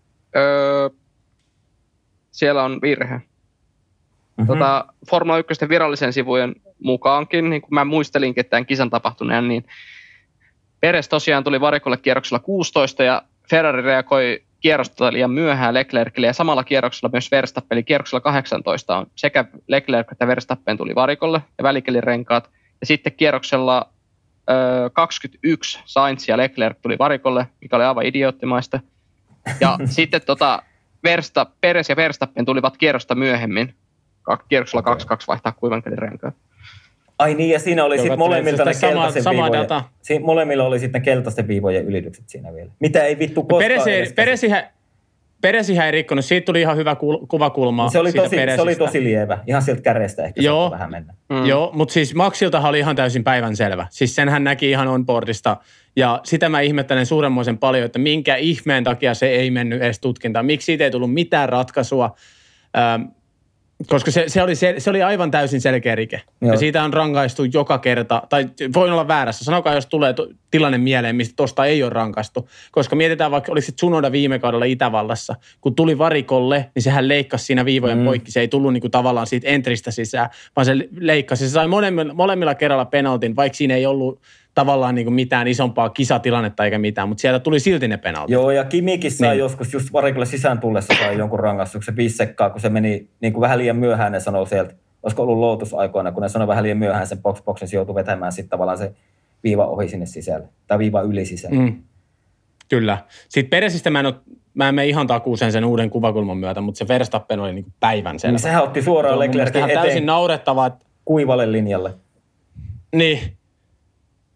Siellä on virhe. Formula 1 virallisen sivujen mukaankin, niin kuin mä muistelinkin tämän kisan tapahtuneen, niin Perez tosiaan tuli varikolle kierroksella 16 ja Ferrari reagoi kierrosta liian myöhään Leclercille ja samalla kierroksella myös Verstappen, eli kierroksella 18 on sekä Leclerc että Verstappen tuli varikolle ja välikelirenkaat ja sitten kierroksella 21 Sainz ja Leclerc tuli varikolle, mikä oli aivan idioottimaista ja sitten Perez ja Verstappen tulivat kierrosta myöhemmin. Kierroksella 2-2 vaihtaa kuivankelirenkaat. Ai niin, ja siinä oli sitten molemmilta ne keltaisen viivojen. Molemmilla oli sitten keltaisten viivojen ylitykset siinä vielä. Mitä ei vittu koskaan Peresihän ei rikkonut. Siitä tuli ihan hyvä kuvakulma. Se oli tosi lievä. Ihan sieltä kärestä ehkä saattoi vähän mennä. Joo, mutta siis Maxiltahan oli ihan täysin päivänselvä. Siis senhän näki ihan onboardista. Ja sitä mä ihmettelen suuremmoisen paljon, että minkä ihmeen takia se ei mennyt edes tutkintaan. Miksi siitä ei tullut mitään ratkaisua. Koska se oli aivan täysin selkeä rike. Joo. Ja siitä on rankaistu joka kerta, tai voin olla väärässä. Sanokaa, jos tulee tilanne mieleen, mistä tuosta ei ole rankaistu. Koska mietitään vaikka, oliko se Tsunoda viime kaudella Itävallassa. Kun tuli varikolle, niin sehän leikkasi siinä viivojen poikki. Se ei tullut niinku tavallaan siitä entristä sisään, vaan se leikkasi. Se sai molemmilla kerralla penaltin, vaikka siinä ei ollut tavallaan niinku mitään isompaa kisatilannetta eikä mitään, mutta sieltä tuli silti ne penaltit. Joo, ja Kimikin sai joskus just varikolle sisään tullessa sai jonkun rangaistuksen 5 sekkaa, kun se meni niinku vähän liian myöhään, ne sanoi sieltä, olisiko ollut Lotus-aikoina, kun ne sanoi vähän liian myöhään sen boxin, se joutui vetämään sitten tavallaan se viiva ohi sinne sisälle, tai viiva yli sisälle. Kyllä. Sitten Peresistä mä en mene ihan takuuseen sen uuden kuvakulman myötä, mutta se Verstappen oli niinku päivänselvä. Niin sehän otti suoraan Leclercin eteen täysin naurettavaa. Kuivalle linjalle. Niin.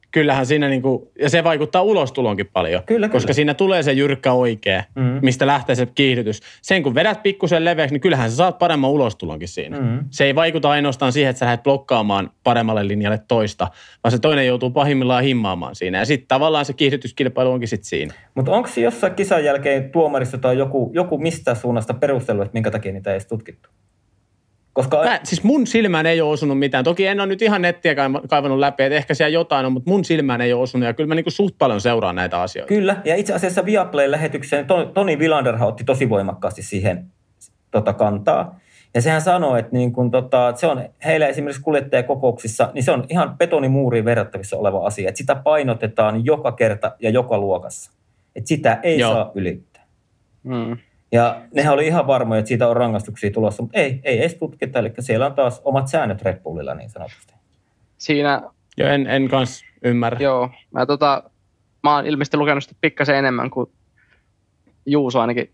kyllähän siinä niinku, ja se vaikuttaa ulostulonkin paljon. Kyllä. Koska siinä tulee se jyrkkä oikea, mistä lähtee se kiihdytys. Sen kun vedät pikkusen leveäksi, niin kyllähän sä saat paremman ulostulonkin siinä. Se ei vaikuta ainoastaan siihen, että sä lähdet blokkaamaan paremmalle linjalle toista, vaan se toinen joutuu pahimmillaan himmaamaan siinä. Ja sitten tavallaan se kiihdytyskilpailu onkin sitten siinä. Mutta onko jossain kisan jälkeen tuomarissa tai joku mistä suunnasta perustellut, että minkä takia niitä ei edes tutkittu? Koska... Siis mun silmään ei ole osunut mitään. Toki en ole nyt ihan nettiä kaivannut läpi, että ehkä siellä jotain on, mutta mun silmään ei ole osunut. Ja kyllä mä niinku suht paljon seuraan näitä asioita. Kyllä, ja itse asiassa Viaplay-lähetykseen Toni Vilanderhan otti tosi voimakkaasti siihen kantaa. Ja sehän sanoi, että niin kun, se on heillä esimerkiksi kuljettajakokouksissa, niin se on ihan betonimuuriin verrattavissa oleva asia. Että sitä painotetaan joka kerta ja joka luokassa. Että sitä ei saa ylittää. Ja nehän oli ihan varmoja, että siitä on rangaistuksia tulossa, mutta ei edes tutkita. Eli siellä on taas omat säännöt Red Bullilla niin sanotusti. Siinä... Joo, en kans ymmärrä. Joo, mä oon ilmeisesti lukenut sitä pikkasen enemmän kuin Juuso ainakin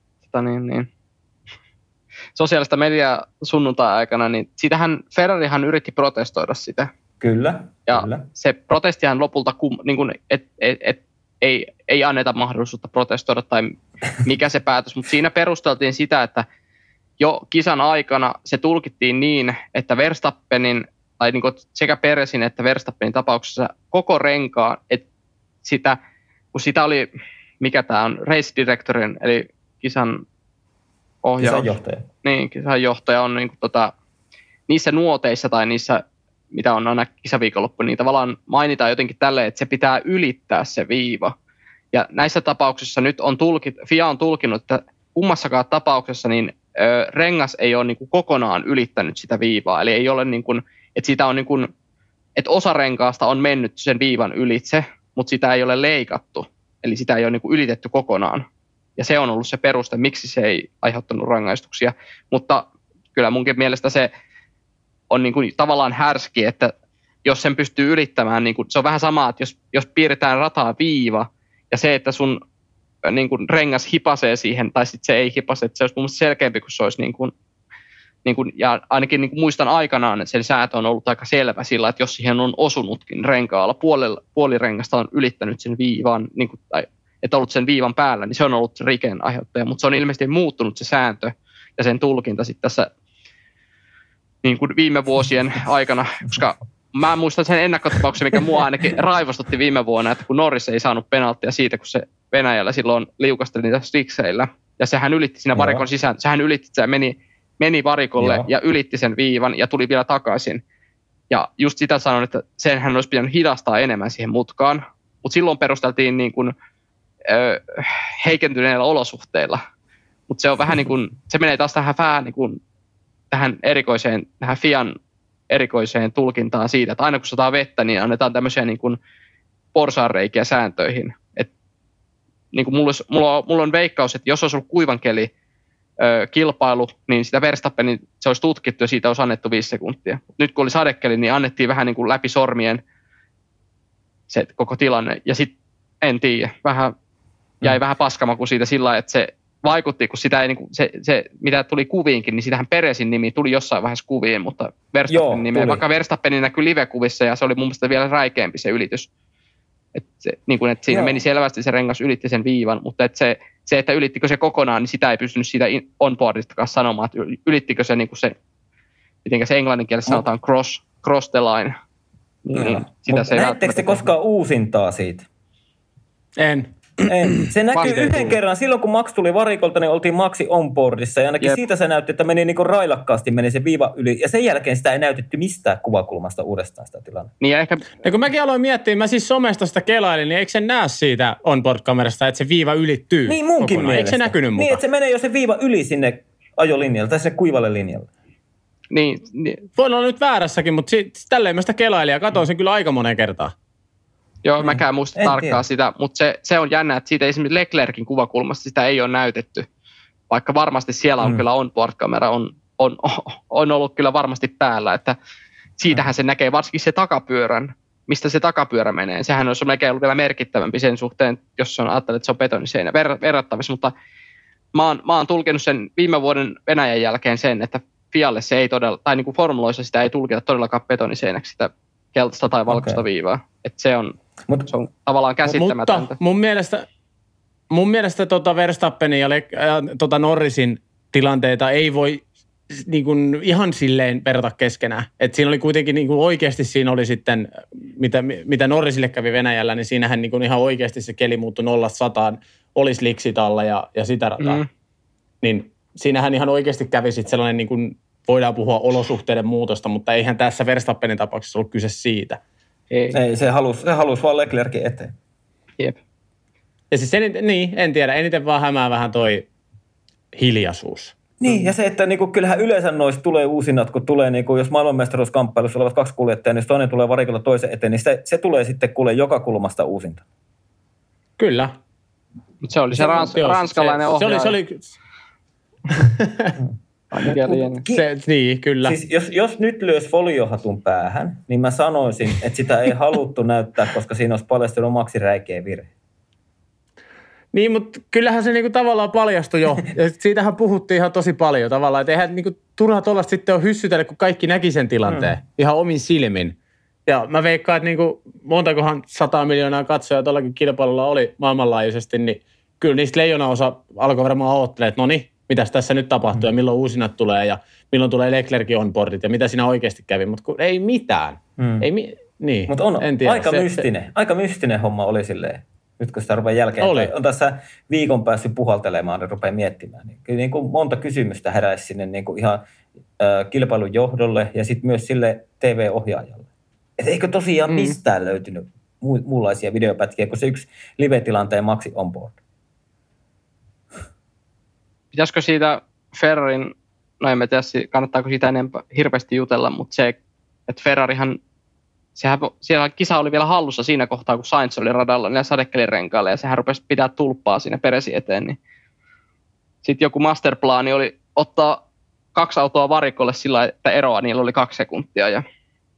sosiaalista mediaa sunnuntai-aikana, niin siitähän Ferrarihan yritti protestoida sitä. Kyllä. Ja se protestihan lopulta, ei anneta mahdollisuutta protestoida tai mikä se päätös, mutta siinä perusteltiin sitä, että jo kisan aikana se tulkittiin niin, että Verstappenin, tai niin kuin sekä Peresin että Verstappenin tapauksessa koko renkaan, että kun sitä oli, mikä tämä on, race directorin, eli kisan ohjaus. Kisanjohtaja. Niin, kisanjohtaja on niin kuin niissä nuoteissa tai niissä, mitä on aina kisaviikonloppu, niin tavallaan mainitaan jotenkin tälleen, että se pitää ylittää se viiva. Ja näissä tapauksissa nyt FIA on tulkinut, että kummassakaan tapauksessa niin rengas ei ole niin kuin kokonaan ylittänyt sitä viivaa. Eli ei ole niin kuin, että siitä on niin kuin, että osa renkaasta on mennyt sen viivan ylitse, mutta sitä ei ole leikattu. Eli sitä ei ole niin kuin ylitetty kokonaan. Ja se on ollut se peruste, miksi se ei aiheuttanut rangaistuksia. Mutta kyllä munkin mielestä se on niin kuin tavallaan härski, että jos sen pystyy ylittämään, niin kuin, se on vähän sama, että jos piirretään rataa viiva, ja se, että sun niin kuin rengas hipasee siihen, tai sitten se ei hipase, että se olisi mun mielestä selkeämpi, kun se olisi niin kuin, ja ainakin niin kuin muistan aikanaan, että se säätö on ollut aika selvä sillä, että jos siihen on osunutkin renkaalla, puoli rengasta on ylittänyt sen viivan, niin kuin, tai että ollut sen viivan päällä, niin se on ollut rikeen aiheuttaja, mutta se on ilmeisesti muuttunut se sääntö ja sen tulkinta sitten tässä niin kuin viime vuosien aikana, koska mä muistan sen ennakkotapauksen, mikä mua ainakin raivostutti viime vuonna, että kun Norris ei saanut penalttia siitä, kun se Venäjällä silloin liukasteli niitä strikseillä, ja sehän ylitti siinä varikon sisään, sehän ylitti, se meni varikolle ja ylitti sen viivan ja tuli vielä takaisin. Ja just sitä sanon, että senhän olisi pitänyt hidastaa enemmän siihen mutkaan, mutta silloin perusteltiin niin kuin, heikentyneillä olosuhteilla. Mutta se on vähän niin kuin, se menee taas tähän erikoiseen, tähän FIAn erikoiseen tulkintaan siitä, että aina kun sataa vettä, niin annetaan tämmöisiä niin kuin porsaanreikiä sääntöihin. Et, niin kuin mulla on veikkaus, että jos olisi ollut kuivankeli kilpailu, niin sitä Verstappenin se olisi tutkittu ja siitä olisi annettu 5 sekuntia. Nyt kun oli sadekeli, niin annettiin vähän niin kuin läpi sormien se koko tilanne. Ja sitten en tiedä, jäi vähän paskamaku siitä sillä lailla, että se vaikutti, kun sitä ei, niin kuin, se, mitä tuli kuviinkin, niin sitähän Peresin nimi tuli jossain vaiheessa kuviin, mutta Verstappenin nimi, vaikka Verstappenin näkyi live-kuvissa ja se oli mun mielestä vielä räikeämpi se ylitys. Että siinä meni selvästi se rengas ylitti sen viivan, mutta että ylittikö se kokonaan, niin sitä ei pystynyt siitä onboardistakaan sanomaan, että ylittikö se, niin kuin se miten se englannin kielessä sanotaan cross the line. Niin, näettekö te koskaan uusintaa siitä? En. Se näkyy yhden kerran. Silloin kun Max tuli varikolta, niin oltiin Maxi onboardissa. Ja ainakin siitä se näytti, että meni niin kuin railakkaasti meni se viiva yli. Ja sen jälkeen sitä ei näytetty mistään kuvakulmasta uudestaan sitä tilannetta. Niin ehkä... Ja kun mäkin aloin miettiä, mä siis somesta sitä kelailin, niin eikö se näe siitä onboard-kamerasta, että se viiva ylittyy? Niin munkin kokonaan. mielestä. Eikö se näkynyt mukaan? Niin, että se menee jo se viiva yli sinne ajolinjalle tai sinne kuivalle linjalle. Niin. Voin olla nyt väärässäkin, mutta tälleen mä sitä kelailin ja katsoin sen kyllä aika moneen kertaan. Joo, mäkään muista tarkkaan sitä, mutta se on jännä, että siitä esimerkiksi Leclerkin kuvakulmasta sitä ei ole näytetty, vaikka varmasti siellä on kyllä onboard-kamera, on ollut kyllä varmasti päällä, että siitähän se näkee varsinkin se takapyörän, mistä se takapyörä menee. Sehän olisi melkein ollut vielä merkittävämpi sen suhteen, jos on ajatellut, että se on betoniseinä verrattavissa, mutta mä oon tulkinut sen viime vuoden Venäjän jälkeen sen, että FIAlle se ei todella, tai niin kuin formuloissa sitä ei tulkita todellakaan betoniseinäksi sitä keltaista tai valkoista viivaa. Että Se on tavallaan käsittämätöntä. Mutta mun mielestä Verstappenin ja Norrisin tilanteita ei voi niin kuin ihan silleen verrata keskenään. Et siinä oli kuitenkin niin kuin oikeasti siinä oli sitten, mitä Norrisille kävi Venäjällä, niin siinähän niin kuin ihan oikeasti se keli muuttui 0-100, olisi liksit alla ja sitä rataa. Niin siinähän ihan oikeasti kävi sitten sellainen, niin kuin voidaan puhua olosuhteiden muutosta, mutta eihän tässä Verstappenin tapauksessa ollut kyse siitä. Ei, se halusi vaan Leclerkin eteen. Jep. Ja siis en tiedä, eniten vaan hämää vähän toi hiljaisuus. Niin, ja se, että niinku, kyllähän yleensä noista tulee uusinnat, kun tulee, niinku, jos maailmanmestaruuskamppailussa olevat 2 kuljettajaa, niin jos toinen tulee varikolla toisen eteen, niin se tulee sitten kuule joka kulmasta uusinta. Kyllä. Mutta se oli se ranskalainen ohjaaja. Se oli niin, kyllä. Siis jos nyt lyöisi foliohatun päähän, niin mä sanoisin, että sitä ei haluttu näyttää, koska siinä olisi paljastunut omaksi räikeä virhe. Niin, mutta kyllähän se niinku tavallaan paljastui jo. Ja siitähän puhuttiin ihan tosi paljon tavallaan. Että eihän niinku turha tuollaista sitten ole hyssytellä, kun kaikki näki sen tilanteen ihan omin silmin. Ja mä veikkaan, että niinku, montakohan 100 miljoonaa katsojaa tuollakin kilpailulla oli maailmanlaajuisesti, niin kyllä niistä leijonaosa alkoi varmaan odottelemaan, että no niin, mitäs tässä nyt tapahtuu ja milloin uusinnat tulee ja milloin tulee Leclerkin onboardit ja mitä siinä oikeasti kävi. Mutta ei mitään. Niin, mutta on en tiedä. aika mystinen homma oli silleen. Nyt kun sitä rupeaa jälkeen, on tässä viikon päässyt puhaltelemaan ja rupeaa miettimään. Niin kyllä niin kuin monta kysymystä heräisi sinne niin kuin ihan kilpailun johdolle ja sitten myös sille TV-ohjaajalle. Et eikö tosiaan mistään löytynyt muunlaisia videopätkiä kuin se yksi live-tilanteen maxi on board? Pitäisikö siitä Ferrarin, no en tiedä, kannattaako siitä enempää hirveästi jutella, mutta se, että Ferrarihan siellä kisa oli vielä hallussa siinä kohtaa, kun Sainz oli radalla ja sadekelirenkailla, ja sehän rupesi pitää tulppaa siinä Peresin eteen. Niin. Sitten joku masterplaani oli ottaa 2 autoa varikolle sillä, että eroa niillä oli 2 sekuntia. Ja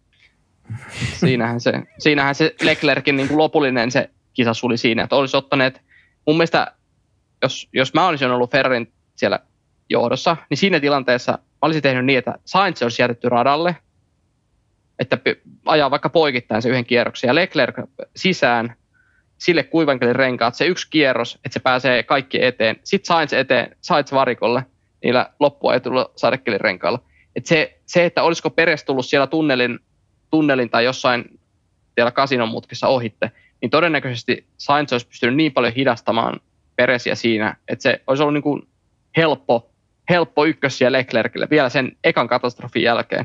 siinähän se Leclerkin niin kuin lopullinen se kisa suli siinä, että olisi ottaneet, mun mielestä, jos mä olisin ollut Ferrarin siellä johdossa, niin siinä tilanteessa mä olisin tehnyt niin, että Sainz olisi jätetty radalle, että ajaa vaikka poikittain se yhden kierroksen ja Leclerc sisään, sille kuivankelin renkaat, se yksi kierros, että se pääsee kaikki eteen. Sitten Sainz varikolle niillä loppuajatulla sadekkelin renkailla. Että se, että olisiko Perez tullut siellä tunnelin tai jossain siellä kasinon mutkissa ohitte, niin todennäköisesti Sainz olisi pystynyt niin paljon hidastamaan Perezia siinä, että se olisi ollut niin kuin helppo ykkössiä Leclercille vielä sen ekan katastrofin jälkeen.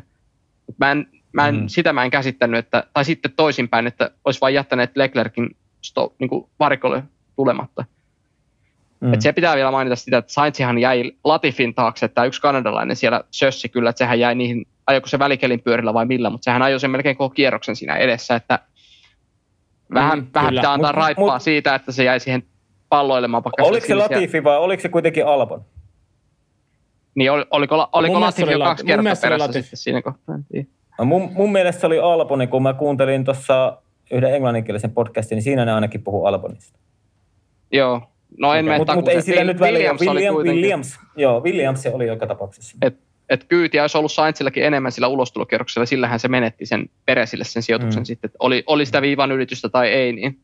Sitä mä en käsittänyt, tai sitten toisinpäin, että olisi vain jättäneet Leclerkin niin kuin varikolle tulematta. Että se pitää vielä mainita sitä, että Sainzihan jäi Latifin taakse, että yksi kanadalainen siellä sössi kyllä, että sehän jäi niihin, ajoiko se välikelin pyörillä vai millä, mutta sehän ajoi sen melkein koko kierroksen siinä edessä, että vähän pitää antaa raippaa siitä, että se jäi siihen palloilemaan. Oliko se Latifi vai oliko se kuitenkin Albon? Niin, oliko Latifi jo 2 kertaa perässä sitten siinä kohtaa? Mun mielestä se oli Alboni, kun mä kuuntelin tuossa yhden englanninkielisen podcastin, niin siinä ne ainakin puhuu Albonista. Joo, no en mene Mutta ei sillä nyt väliä. Williams oli joka tapauksessa. Et kyytiä olisi ollut Sainzillakin enemmän sillä ulostulokierroksella, sillähän se menetti sen Perezille sen sijoituksen sitten. Oli sitä viivan ylitystä tai ei, niin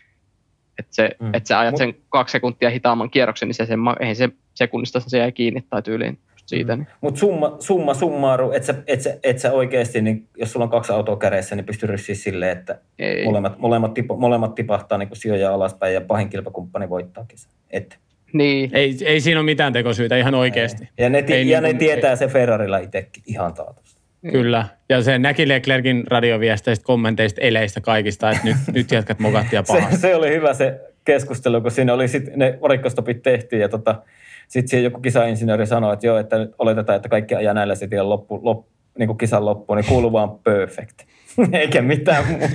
että sä ajat sen 2 sekuntia hitaamman kierroksen, niin eihän se sekunnista se jäi kiinni tai tyyliin siitä. Niin. Mutta summa summaru, että sä oikeasti, niin jos sulla on 2 autoa kädessä, niin pystyy ryssiä silleen, että molemmat tipahtaa niin sijoja alaspäin ja pahin kilpakumppani voittaa kisan. Niin. Ei siinä ole mitään tekosyitä ihan oikeasti. Ja ne tietää se Ferrarilla itsekin ihan taatusti. Kyllä. Ja se näki Leclerkin radioviesteistä, kommenteista, eleistä kaikista, että nyt jätkät mokattiin ja pahasti. Se oli hyvä se keskustelu, kun siinä oli sitten ne varikkostopit tehty ja sitten joku kisainsinööri sanoi, että joo, että oletetaan, että kaikki ajaa näillä sitten niin kuin kisan loppuun, niin kuuluu vaan perfect. Eikä mitään muuta.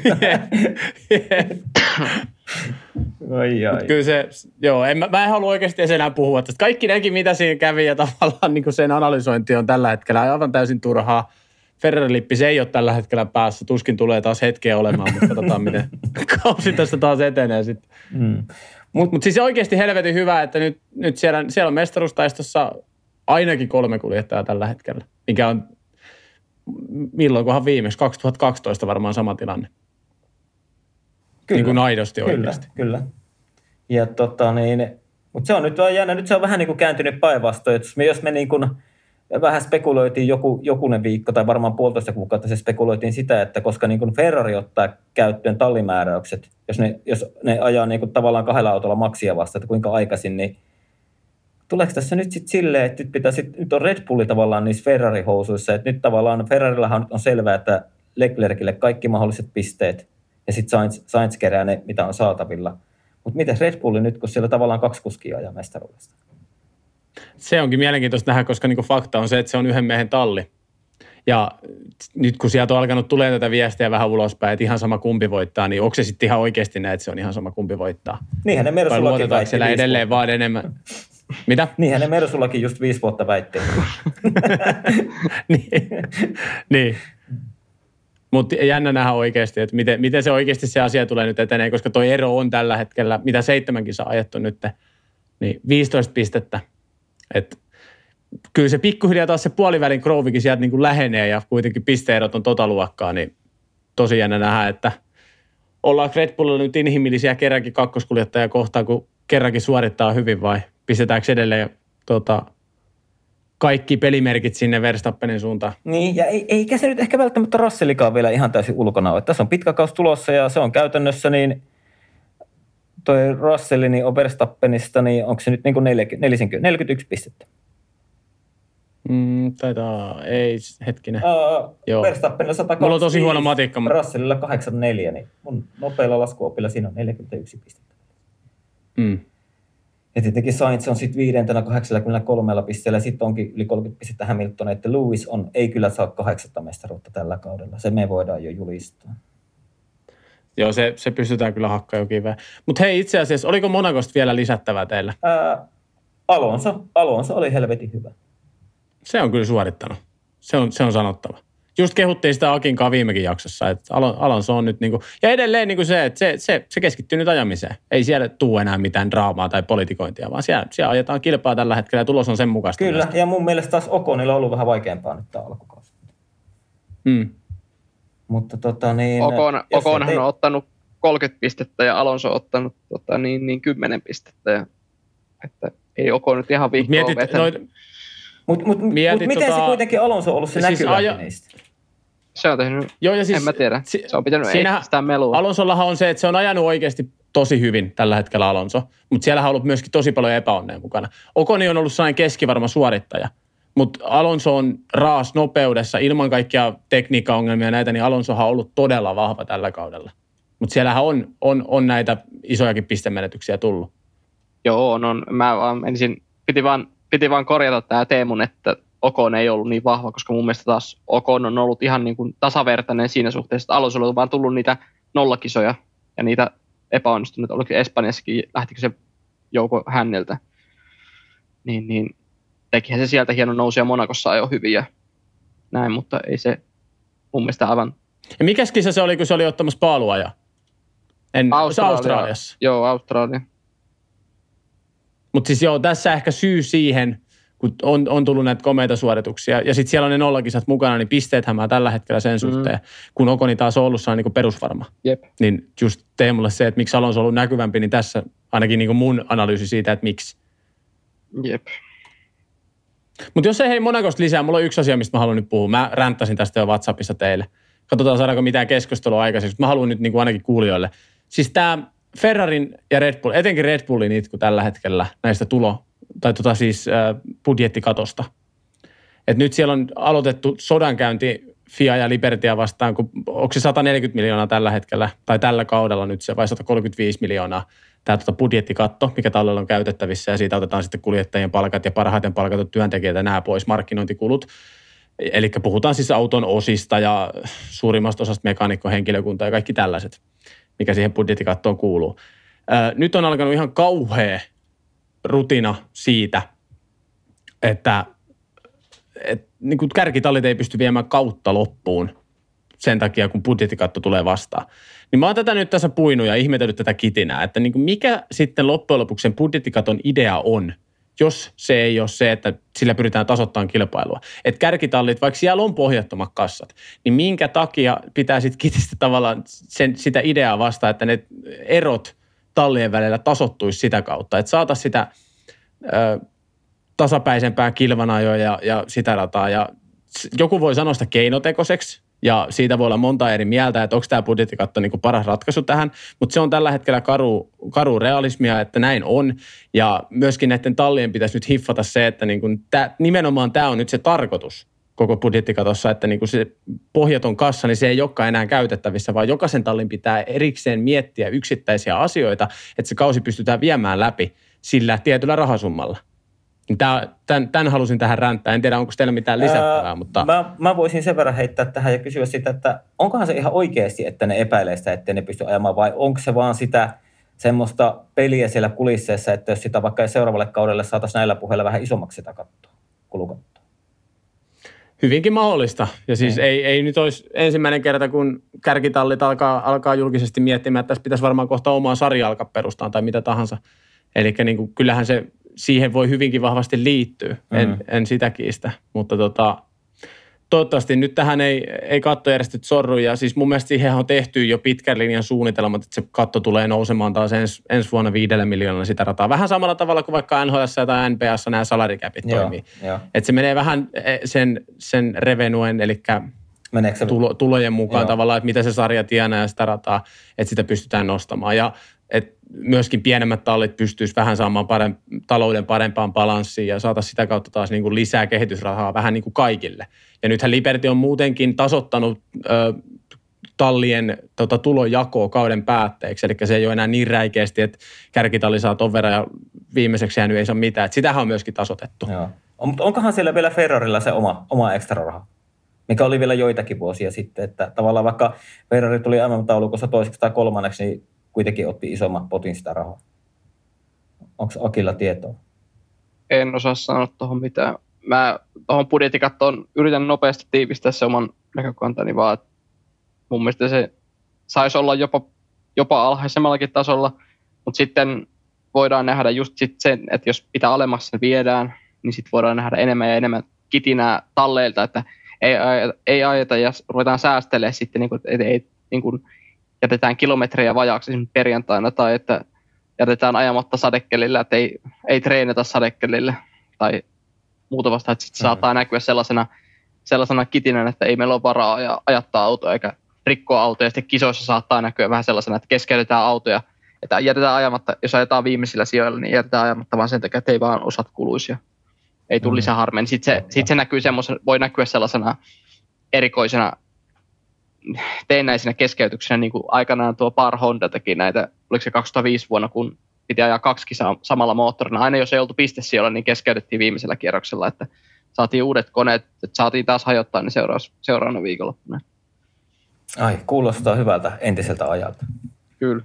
Kyllä se, joo, mä en halua oikeasti enää puhua. Että kaikki näki, mitä siinä kävi ja tavallaan niin kuin sen analysointi on tällä hetkellä aivan täysin turhaa. Ferrari-lippi se ei ole tällä hetkellä päässä. Tuskin tulee taas hetkeä olemaan, mutta katsotaan, miten kausi tästä taas etenee sitten. Mutta siis oikeasti helvetin hyvä, että nyt siellä on mestaruustaistossa ainakin 3 kuljettajaa tällä hetkellä, mikä on milloinkohan viimeksi, 2012 varmaan sama tilanne. Kyllä. Niin kuin aidosti Kyllä, oikeasti. kyllä. Ja mutta se on nyt vaan jännä. Nyt se on vähän niin kuin kääntynyt päinvastoin. Jos me niin kuin vähän spekuloitiin jokunen viikko tai varmaan 1,5 kuukautta se spekuloitiin sitä, että koska niin kuin Ferrari ottaa käyttöön tallimääräykset, jos ne ajaa niin kuin tavallaan 2 autolla maksia vasta, että kuinka aikaisin, niin tuleeko tässä nyt sitten silleen, että nyt on Red Bulli tavallaan niissä Ferrari-housuissa, että nyt tavallaan Ferrarillahan on selvää, että Leclercille kaikki mahdolliset pisteet ja sitten Sainz kerää ne, mitä on saatavilla. Mutta miten Red Bulli nyt, kun siellä tavallaan 2 kuskia ajaa mestaruudesta? Se onkin mielenkiintoista nähdä, koska niin kuin fakta on se, että se on yhden miehen talli. Ja nyt kun sieltä on alkanut tulee tätä viestiä vähän ulospäin, että ihan sama kumpi voittaa, niin onko se sitten ihan oikeasti näin, että se on ihan sama kumpi voittaa? Niinhän ne Mersullakin väitti. Vai luotetaanko siellä edelleen vaan enemmän? Mitä? Niinhän ne Mersullakin just 5 vuotta väitti. niin. Mutta jännä nähdä oikeasti, että miten se oikeasti se asia tulee nyt etenee, koska toi ero on tällä hetkellä, mitä 7 saa ajettu nyt, niin 15 pistettä. Et kyllä se pikkuhiljaa taas se puolivälin Grovikin sieltä niin kuin lähenee ja kuitenkin pisteerot on luokkaa, niin tosi jännä nähdä, että ollaan Red Bullilla nyt inhimillisiä kerrankin kakkoskuljettajia kohtaan, kun kerrankin suorittaa hyvin vai pistetäänkö edelleen kaikki pelimerkit sinne Verstappenin suuntaan? Niin, ja eikä se nyt ehkä välttämättä Russellikaan vielä ihan täysin ulkona ole. Tässä on pitkä kausi tulossa ja se on käytännössä niin toi Russell niin on Verstappenista, niin onko se nyt niin kuin 41 pistettä? Taitaa, ei hetkinen. Verstappenilla 125, mulla on tosi huono matikka. Russellilla 84, niin mun nopealla laskuopilla siinä on 41 pistettä. Ja tietenkin Sainz on sitten 5. 83 pisteellä, ja sitten onkin yli 30 pistettä Hamilton, että Lewis ei kyllä saa 8 mestaruutta tällä kaudella. Se me voidaan jo julistaa. Joo, se pystytään kyllä hakkaa jo kiveen. Mutta hei, itse asiassa, oliko Monacosta vielä lisättävää teillä? Alonso oli helvetin hyvä. Se on kyllä suorittanut. Se on sanottava. Just kehuttiin sitä Akinkaan viimekin jaksossa, että Alonso on nyt niinku, ja edelleen niinku se, että se keskittyy nyt ajamiseen. Ei siellä tule enää mitään draamaa tai politikointia, vaan siellä ajetaan kilpaa tällä hetkellä ja tulos on sen mukaista. Kyllä, ja mun mielestä taas Oconilla on ollut vähän vaikeampaa nyt tämä alkukausi. Mutta Oconhan on ottanut 30 pistettä ja Alonso on ottanut 10 pistettä. Ja, että ei Ocon nyt ihan vihkoa vetänyt. Mutta miten se kuitenkin Alonso on ollut se näkyvämpi niistä? Se on tehnyt, en mä tiedä. Se on pitänyt sitä melua. Alonsollahan on se, että se on ajanut oikeasti tosi hyvin tällä hetkellä Alonso, mutta siellähän on ollut myöskin tosi paljon epäonnea mukana. Oconi on ollut sellainen keskivarma suorittaja, mutta Alonso on raas nopeudessa ilman kaikkia tekniikkaongelmia näitä, niin Alonsohan on ollut todella vahva tällä kaudella. Mutta siellähän on näitä isojakin pistemenetyksiä tullut. Joo, on. Mä vaan ensin piti vaan korjata tämä Teemun, että Ocon ei ollut niin vahva, koska mun mielestä taas Ocon on ollut ihan niin kuin tasavertainen siinä suhteessa, että Alonsolla on vaan tullut niitä nollakisoja ja niitä epäonnistuneita. Oliko Espanjassakin, lähtikö se joukko häneltä? Niin tekihän se sieltä hienon nousuja Monacossa ajoi hyvin ja näin, mutta ei se mun mielestä aivan... Ja mikäs kisa se oli, kun se oli ottamassa paaluaja? Australiassa. Joo, Australia. Mutta siis joo, tässä ehkä syy siihen, kun on tullut näitä komeita suorituksia, ja sitten siellä on ne nollakisat mukana, niin pisteet hämää tällä hetkellä sen suhteen, kun Oconi taas on ollut niin kuin perusvarma. Jep. Niin just Teemulle se, että miksi Alonso on ollut näkyvämpi, niin tässä ainakin niin kuin mun analyysi siitä, että miksi. Jep. Mutta jos ei hei Monacosta lisää, mulla on yksi asia, mistä mä haluan nyt puhua. Mä ränttäsin tästä jo WhatsAppissa teille. Katsotaan, saadaanko mitään keskustelua aikaiseksi. Mä haluan nyt niin kuin ainakin kuulijoille. Siis tämä Ferrarin ja Red Bull, etenkin Red Bullin itku tällä hetkellä näistä budjettikatosta. Et nyt siellä on aloitettu sodankäynti FIA ja Libertyä vastaan, kun onko se 140 miljoonaa tällä hetkellä, tai tällä kaudella nyt se, vai 135 miljoonaa tämä budjettikatto, mikä tallella on käytettävissä, ja siitä otetaan sitten kuljettajien palkat ja parhaiten palkatut työntekijät ja nämä pois, markkinointikulut. Eli puhutaan siis auton osista ja suurimmasta osasta mekaanikkohenkilökuntaa ja kaikki tällaiset, mikä siihen budjettikattoon kuuluu. Nyt on alkanut ihan kauhea rutina siitä, että niin kuin kärkitallit ei pysty viemään kautta loppuun sen takia, kun budjettikatto tulee vastaan. Niin mä oon tätä nyt tässä puinut ja ihmetellyt tätä kitinää, että niin kuin mikä sitten loppujen lopuksi sen budjettikaton idea on, jos se ei ole se, että sillä pyritään tasoittamaan kilpailua. Että kärkitallit, vaikka siellä on pohjattomat kassat, niin minkä takia pitää sitten kitistä tavallaan sitä ideaa vastaan, että ne erot tallien välillä tasottuisi sitä kautta, että saataisiin sitä tasapäisempää kilvanajoa ja sitä rataa. Ja joku voi sanoa sitä keinotekoiseksi, ja siitä voi olla monta eri mieltä, että onko tämä budjettikatto niin kuin paras ratkaisu tähän, mutta se on tällä hetkellä karu realismia, että näin on. Ja myöskin näiden tallien pitäisi nyt hiffata se, että niin kuin nimenomaan tämä on nyt se tarkoitus koko budjettikatossa, että niin kuin se pohjaton kassa, niin se ei olekaan enää käytettävissä, vaan jokaisen tallin pitää erikseen miettiä yksittäisiä asioita, että se kausi pystytään viemään läpi sillä tietyllä rahasummalla. Tämän halusin tähän ränttää. En tiedä, onko teillä mitään lisättävää, mutta... Mä voisin sen verran heittää tähän ja kysyä sitä, että onkohan se ihan oikeasti, että ne epäilee sitä, ettei ne pysty ajamaan, vai onko se vaan sitä semmoista peliä siellä kulisseissa, että jos sitä vaikka seuraavalle kaudelle saataisiin näillä puheilla vähän isommaksi sitä kulukattoa? Hyvinkin mahdollista. Ja siis ei nyt olisi ensimmäinen kerta, kun kärkitallit alkaa julkisesti miettimään, että tässä pitäisi varmaan kohta omaa sarjaa alkaa perustaa tai mitä tahansa. Eli niin kuin, kyllähän se siihen voi hyvinkin vahvasti liittyä. En sitä kiistä. Mutta toivottavasti nyt tähän ei kattojärjestöt sorru. Ja siis mun mielestä siihen on tehty jo pitkän linjan suunnitelmat, että se katto tulee nousemaan taas ensi vuonna 5 miljoonalla sitä rataa. Vähän samalla tavalla kuin vaikka NHL:ssä tai NBA:ssa nämä salarikäpit toimii. Että se menee vähän sen revenuen, eli tulojen mukaan tavallaan, että mitä se sarja tienaa ja sitä rataa, että sitä pystytään nostamaan. Ja että myöskin pienemmät tallit pystyisi vähän saamaan talouden parempaan balanssiin ja saataisiin sitä kautta taas niin kuin lisää kehitysrahaa vähän niin kuin kaikille. Ja nythän Liberty on muutenkin tasoittanut tallien tulonjakoa kauden päätteeksi, eli se ei ole enää niin räikeästi, että kärkitalli saa ton verran ja viimeiseksi jäänyt ei saa mitään. Että sitähän on myöskin tasoitettu. Joo. Mutta onkohan siellä vielä Ferrarilla se oma ekstra raha, mikä oli vielä joitakin vuosia sitten, että tavallaan vaikka Ferrari tuli MM-taulukossa toiseksi tai kolmanneksi, niin kuitenkin otti isomman potin sitä rahaa. Onko Akilla tietoa? En osaa sanoa tuohon mitään. Mä tuohon budjettikattoon yritän nopeasti tiivistää se oman näkökantani vaan, että mun mielestä se saisi olla jopa alhaisemmallakin tasolla, mutta sitten voidaan nähdä just sit sen, että jos pitää alemmaksi sen viedään, niin sitten voidaan nähdä enemmän ja enemmän kitinää talleilta, että ei ajeta ja ruvetaan säästelemään sitten, että ei jätetään kilometrejä vajaaksi perjantaina tai että jätetään ajamatta sadekelillä, että ei treenata sadekelillä tai muuta vasta, että sitten saattaa näkyä sellaisena kitinän, että ei meillä ole varaa ja ajattaa autoa eikä rikkoa autoja. Sitten kisoissa saattaa näkyä vähän sellaisena, että keskeytetään autoja, että jätetään ajamatta, jos ajetaan viimeisillä sijoilla, niin jätetään ajamatta vaan sen takia, että ei vaan osat kuluisi ja ei tule lisää harmea. Sitten se näkyy voi näkyä sellaisena erikoisena teennäisenä keskeytyksenä, niin kuin aikanaan tuo Par Honda teki näitä, oliko se 2005 vuonna, kun piti ajaa 2 kisaa samalla moottorina. Aina jos ei oltu pistesijoilla, niin keskeytettiin viimeisellä kierroksella, että saatiin uudet koneet, että saatiin taas hajottaa ne seuraavana viikonloppuna. Ai, kuulostaa hyvältä entiseltä ajalta. Kyllä.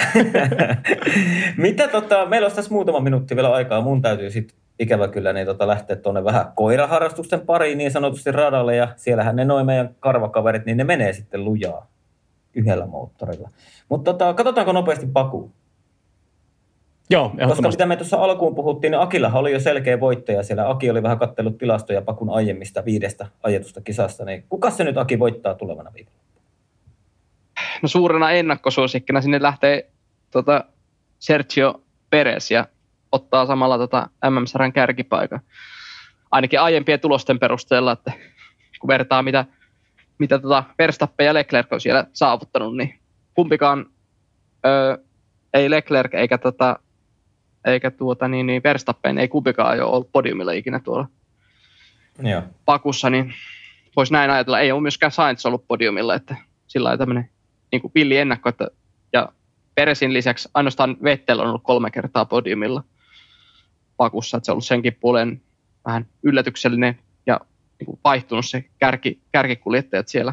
Mitä meillä olisi tässä muutama minuutti vielä aikaa. Mun täytyy sitten ikävä kyllä niin lähteä tuonne vähän koiraharrastusten pariin niin sanotusti radalle, ja siellähän ne noin meidän karvakaverit, niin ne menee sitten lujaa yhdellä moottorilla. Mutta katsotaanko nopeasti Baku? Joo, ehdottomasti. Koska mitä me tuossa alkuun puhuttiin, niin Akillahan oli jo selkeä voittaja siellä. Aki oli vähän katsellut tilastoja Bakun aiemmista 5 ajetusta kisasta, niin kuka se nyt Aki voittaa tulevana viikolla? No suurena ennakkosuosikkina sinne lähtee Sergio Perez ja ottaa samalla MM-sarjan kärkipaikan. Ainakin aiempien tulosten perusteella, että kun vertaa mitä Verstappen ja Leclerc on siellä saavuttanut, niin kumpikaan ei Leclerc eikä Verstappen ei kumpikaan ole ollut podiumilla ikinä tuolla Bakussa, niin voisi näin ajatella. Ei ole myöskään Sainz ollut podiumilla, että sillä on tämmöinen niin kuin pilli ennakko, ja Perezin lisäksi ainoastaan Vettel on ollut 3 kertaa podiumilla Bakussa, että se on ollut senkin puolen vähän yllätyksellinen ja niin kuin vaihtunut se kärkikuljettajat siellä.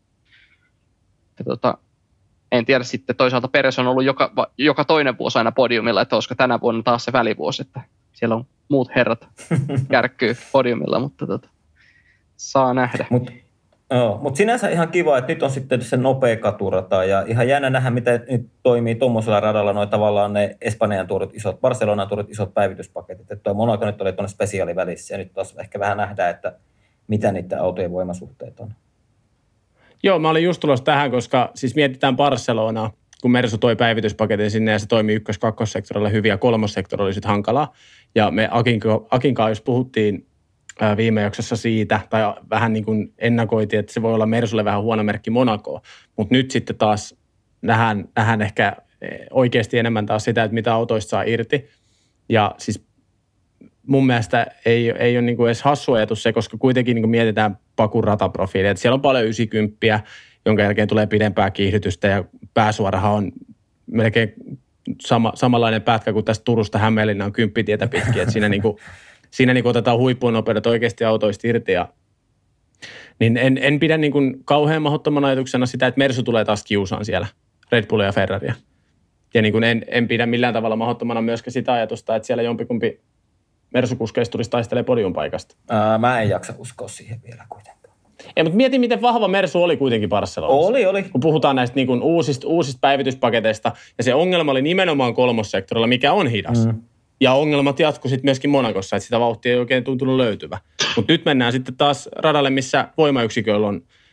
Ja en tiedä sitten, toisaalta Perez on ollut joka toinen vuosi aina podiumilla, että olisiko tänä vuonna taas se välivuosi, että siellä on muut herrat kärkkyy podiumilla, mutta saa nähdä. Joo, mutta sinänsä ihan kiva, että nyt on sitten se nopea katurata ja ihan jännä nähdä, miten nyt toimii tuommoisella radalla noin tavallaan ne Espanjan tuodut isot, Barcelonan tuodut isot päivityspaketit. Että tuo Monaco nyt oli tuonne spesiaalivälissä ja nyt taas ehkä vähän nähdään, että mitä niiden autojen voimasuhteet on. Joo, mä olin just tulossa tähän, koska siis mietitään Barcelonaa, kun Mersu toi päivityspaketin sinne ja se toimii ykkös-kakkossektorilla hyvin ja kolmossektorilla oli sitten hankalaa. Ja me Akinkaan, jos puhuttiin viime jaksossa siitä, tai vähän niin kuin ennakoitiin, että se voi olla Mersulle vähän huono merkki Monacoa, mutta nyt sitten taas nähdään ehkä oikeasti enemmän taas sitä, että mitä autoista saa irti. Ja siis mun mielestä ei ole niin kuin edes hassu ajatus se, koska kuitenkin niin kuin mietitään Bakun rataprofiilia, että siellä on paljon 90, jonka jälkeen tulee pidempää kiihdytystä ja pääsuorahan on melkein samanlainen pätkä kuin tästä Turusta Hämeenlinnaan on 10 tietä pitkin, että siinä niin kuin otetaan huippuun nopeudet oikeasti autoista irti. Niin en pidä niin kuin kauhean mahdottoman ajatuksena sitä, että Mersu tulee taas kiusaan siellä, Red Bullia ja Ferraria. Ja niin kuin en pidä millään tavalla mahdottomana myöskään sitä ajatusta, että siellä jompikumpi Mersu-kuskeista tulisi taistelemaan podiumpaikasta. Mä en jaksa uskoa siihen vielä kuitenkaan. Ei, mutta mieti, miten vahva Mersu oli kuitenkin Barcelonassa. Oli. Kun puhutaan näistä niin kuin uusista päivityspaketeista, ja se ongelma oli nimenomaan kolmossektorilla, mikä on hidas. Ja ongelmat jatkui sitten myöskin Monacossa, että sitä vauhtia ei oikein tuntunut löytyvä. Mutta nyt mennään sitten taas radalle, missä voimayksiköllä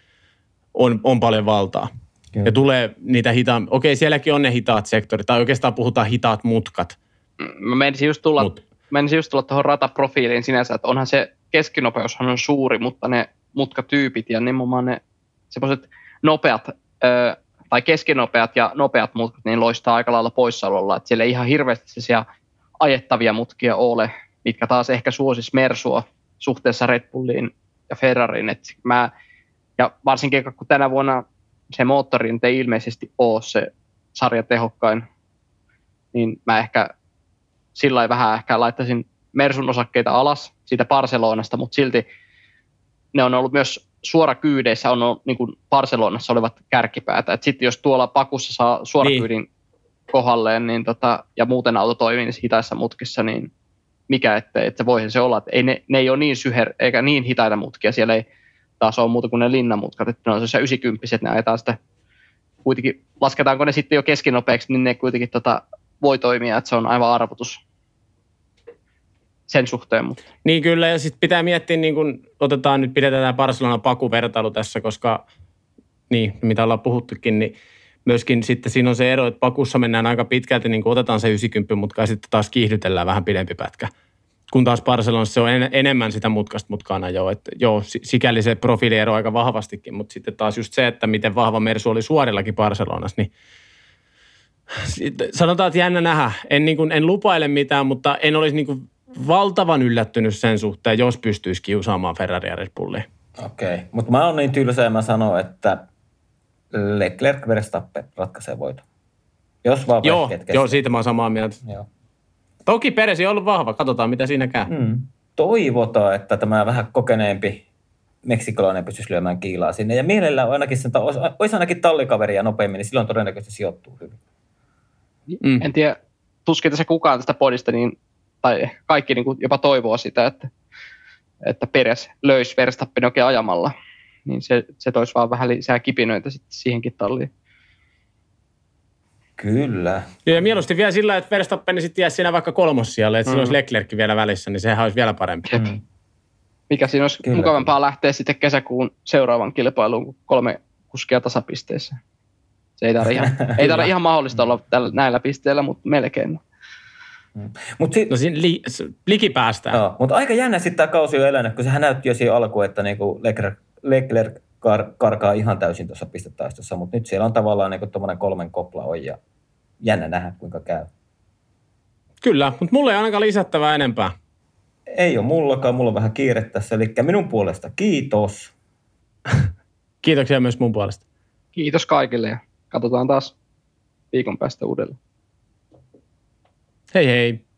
on paljon valtaa. Kyllä. Ja tulee niitä okei, sielläkin on ne hitaat sektorit, tai oikeastaan puhutaan hitaat mutkat. Mä menisin just tulla tuohon rataprofiiliin sinänsä, että onhan se keskinopeushan on suuri, mutta ne mutkatyypit ja nimenomaan ne semmoiset nopeat tai keskinopeat ja nopeat mutkat, niin loistaa aika lailla poissaololla. Että siellä ei ihan hirveästi sellaisia ajettavia mutkia ole, mitkä taas ehkä suosis Mersua suhteessa Red Bulliin ja Ferrariin. Ja varsinkin kun tänä vuonna se moottori ei ilmeisesti ole se sarjan tehokkain, niin mä ehkä sillä vähän ehkä laittaisin Mersun osakkeita alas siitä Barcelonasta, mutta silti ne on ollut myös suorakyydeissä, on ollut, niin kuin Barcelonassa olivat kärkipäätä. Sitten jos tuolla Bakussa saa suorakyydin kohdalleen niin ja muuten auto toimii niissä hitaissa mutkissa, niin mikä ettei, että voihan se olla, että ne ei ole niin eikä niin hitaita mutkia, siellä ei taas ole muuta kuin ne linnamutkat, että ne on sellaisia 90, ne ajetaan sitä kuitenkin, lasketaanko ne sitten jo keskinopeiksi, niin ne kuitenkin voi toimia, että se on aivan arvotus sen suhteen. Mutta. Niin kyllä, ja sitten pitää miettiä, niin kun pidetään tämä Barcelona-Paku-vertailu tässä, koska niin, mitä ollaan puhuttukin, niin myöskin sitten siinä on se ero, että Pakussa mennään aika pitkälti, niin kun otetaan se 90 mutkaa ja sitten taas kiihdytellään vähän pidempi pätkä. Kun taas Barcelonassa se on enemmän sitä mutkasta mutkaan ajoa. Että joo, sikäli se profiiliero aika vahvastikin, mutta sitten taas just se, että miten vahva Mersu oli suorillakin Barcelonassa, niin sanotaan, että jännä nähdä. En lupaile mitään, mutta en olisi niin kuin valtavan yllättynyt sen suhteen, jos pystyisi kiusaamaan Ferrari ja Red Bullia. Okei, mutta mä oon niin tylsä ja mä sanon, että Leclerc Verstappen ratkaisee voiton. Jos vaan joo, siitä mä oon samaa mieltä. Joo. Toki Perez on ollut vahva, katsotaan mitä siinä käy. Toivotaan, että tämä vähän kokeneempi meksikolainen pystyisi lyömään kiilaa sinne. Ja mielellään ainakin olisi ainakin tallikaveria nopeammin, niin silloin todennäköisesti sijoittuu hyvin. En tiedä, tuskin tässä kukaan tästä podista, tai kaikki niin kuin jopa toivoo sitä, että Perez löisi Verstappen oikein ajamalla. Niin se toisi vaan vähän lisää kipinöitä sitten siihenkin talliin. Kyllä. Ja mieluusti vielä sillä, että Verstappen sitten jäisi siinä vaikka kolmossijalle, että sillä olisi Leclerc vielä välissä, niin sehän olisi vielä parempi. Mikä siinä olisi mukavampaa lähteä sitten kesäkuun seuraavan kilpailuun, kun 3 kuskia tasapisteessä. Se ei tarvitse ihan mahdollista olla näillä pisteillä, mutta melkein. Siinä liki päästään. Joo, mutta aika jännä sitten tämä kausi on elänyt, kun sehän näytti jo siinä alkuun, että niinku Leclerc karkaa ihan täysin tuossa pistetaistossa, mutta nyt siellä on tavallaan niinku tuommoinen 3 kopla on ja jännä nähdä, kuinka käy. Kyllä, mutta mulla ei ainakaan lisättävää enempää. Ei ole mullakaan, mulla on vähän kiire tässä, eli minun puolesta kiitos. Kiitoksia myös mun puolesta. Kiitos kaikille ja katsotaan taas viikon päästä uudelleen. Hei hei.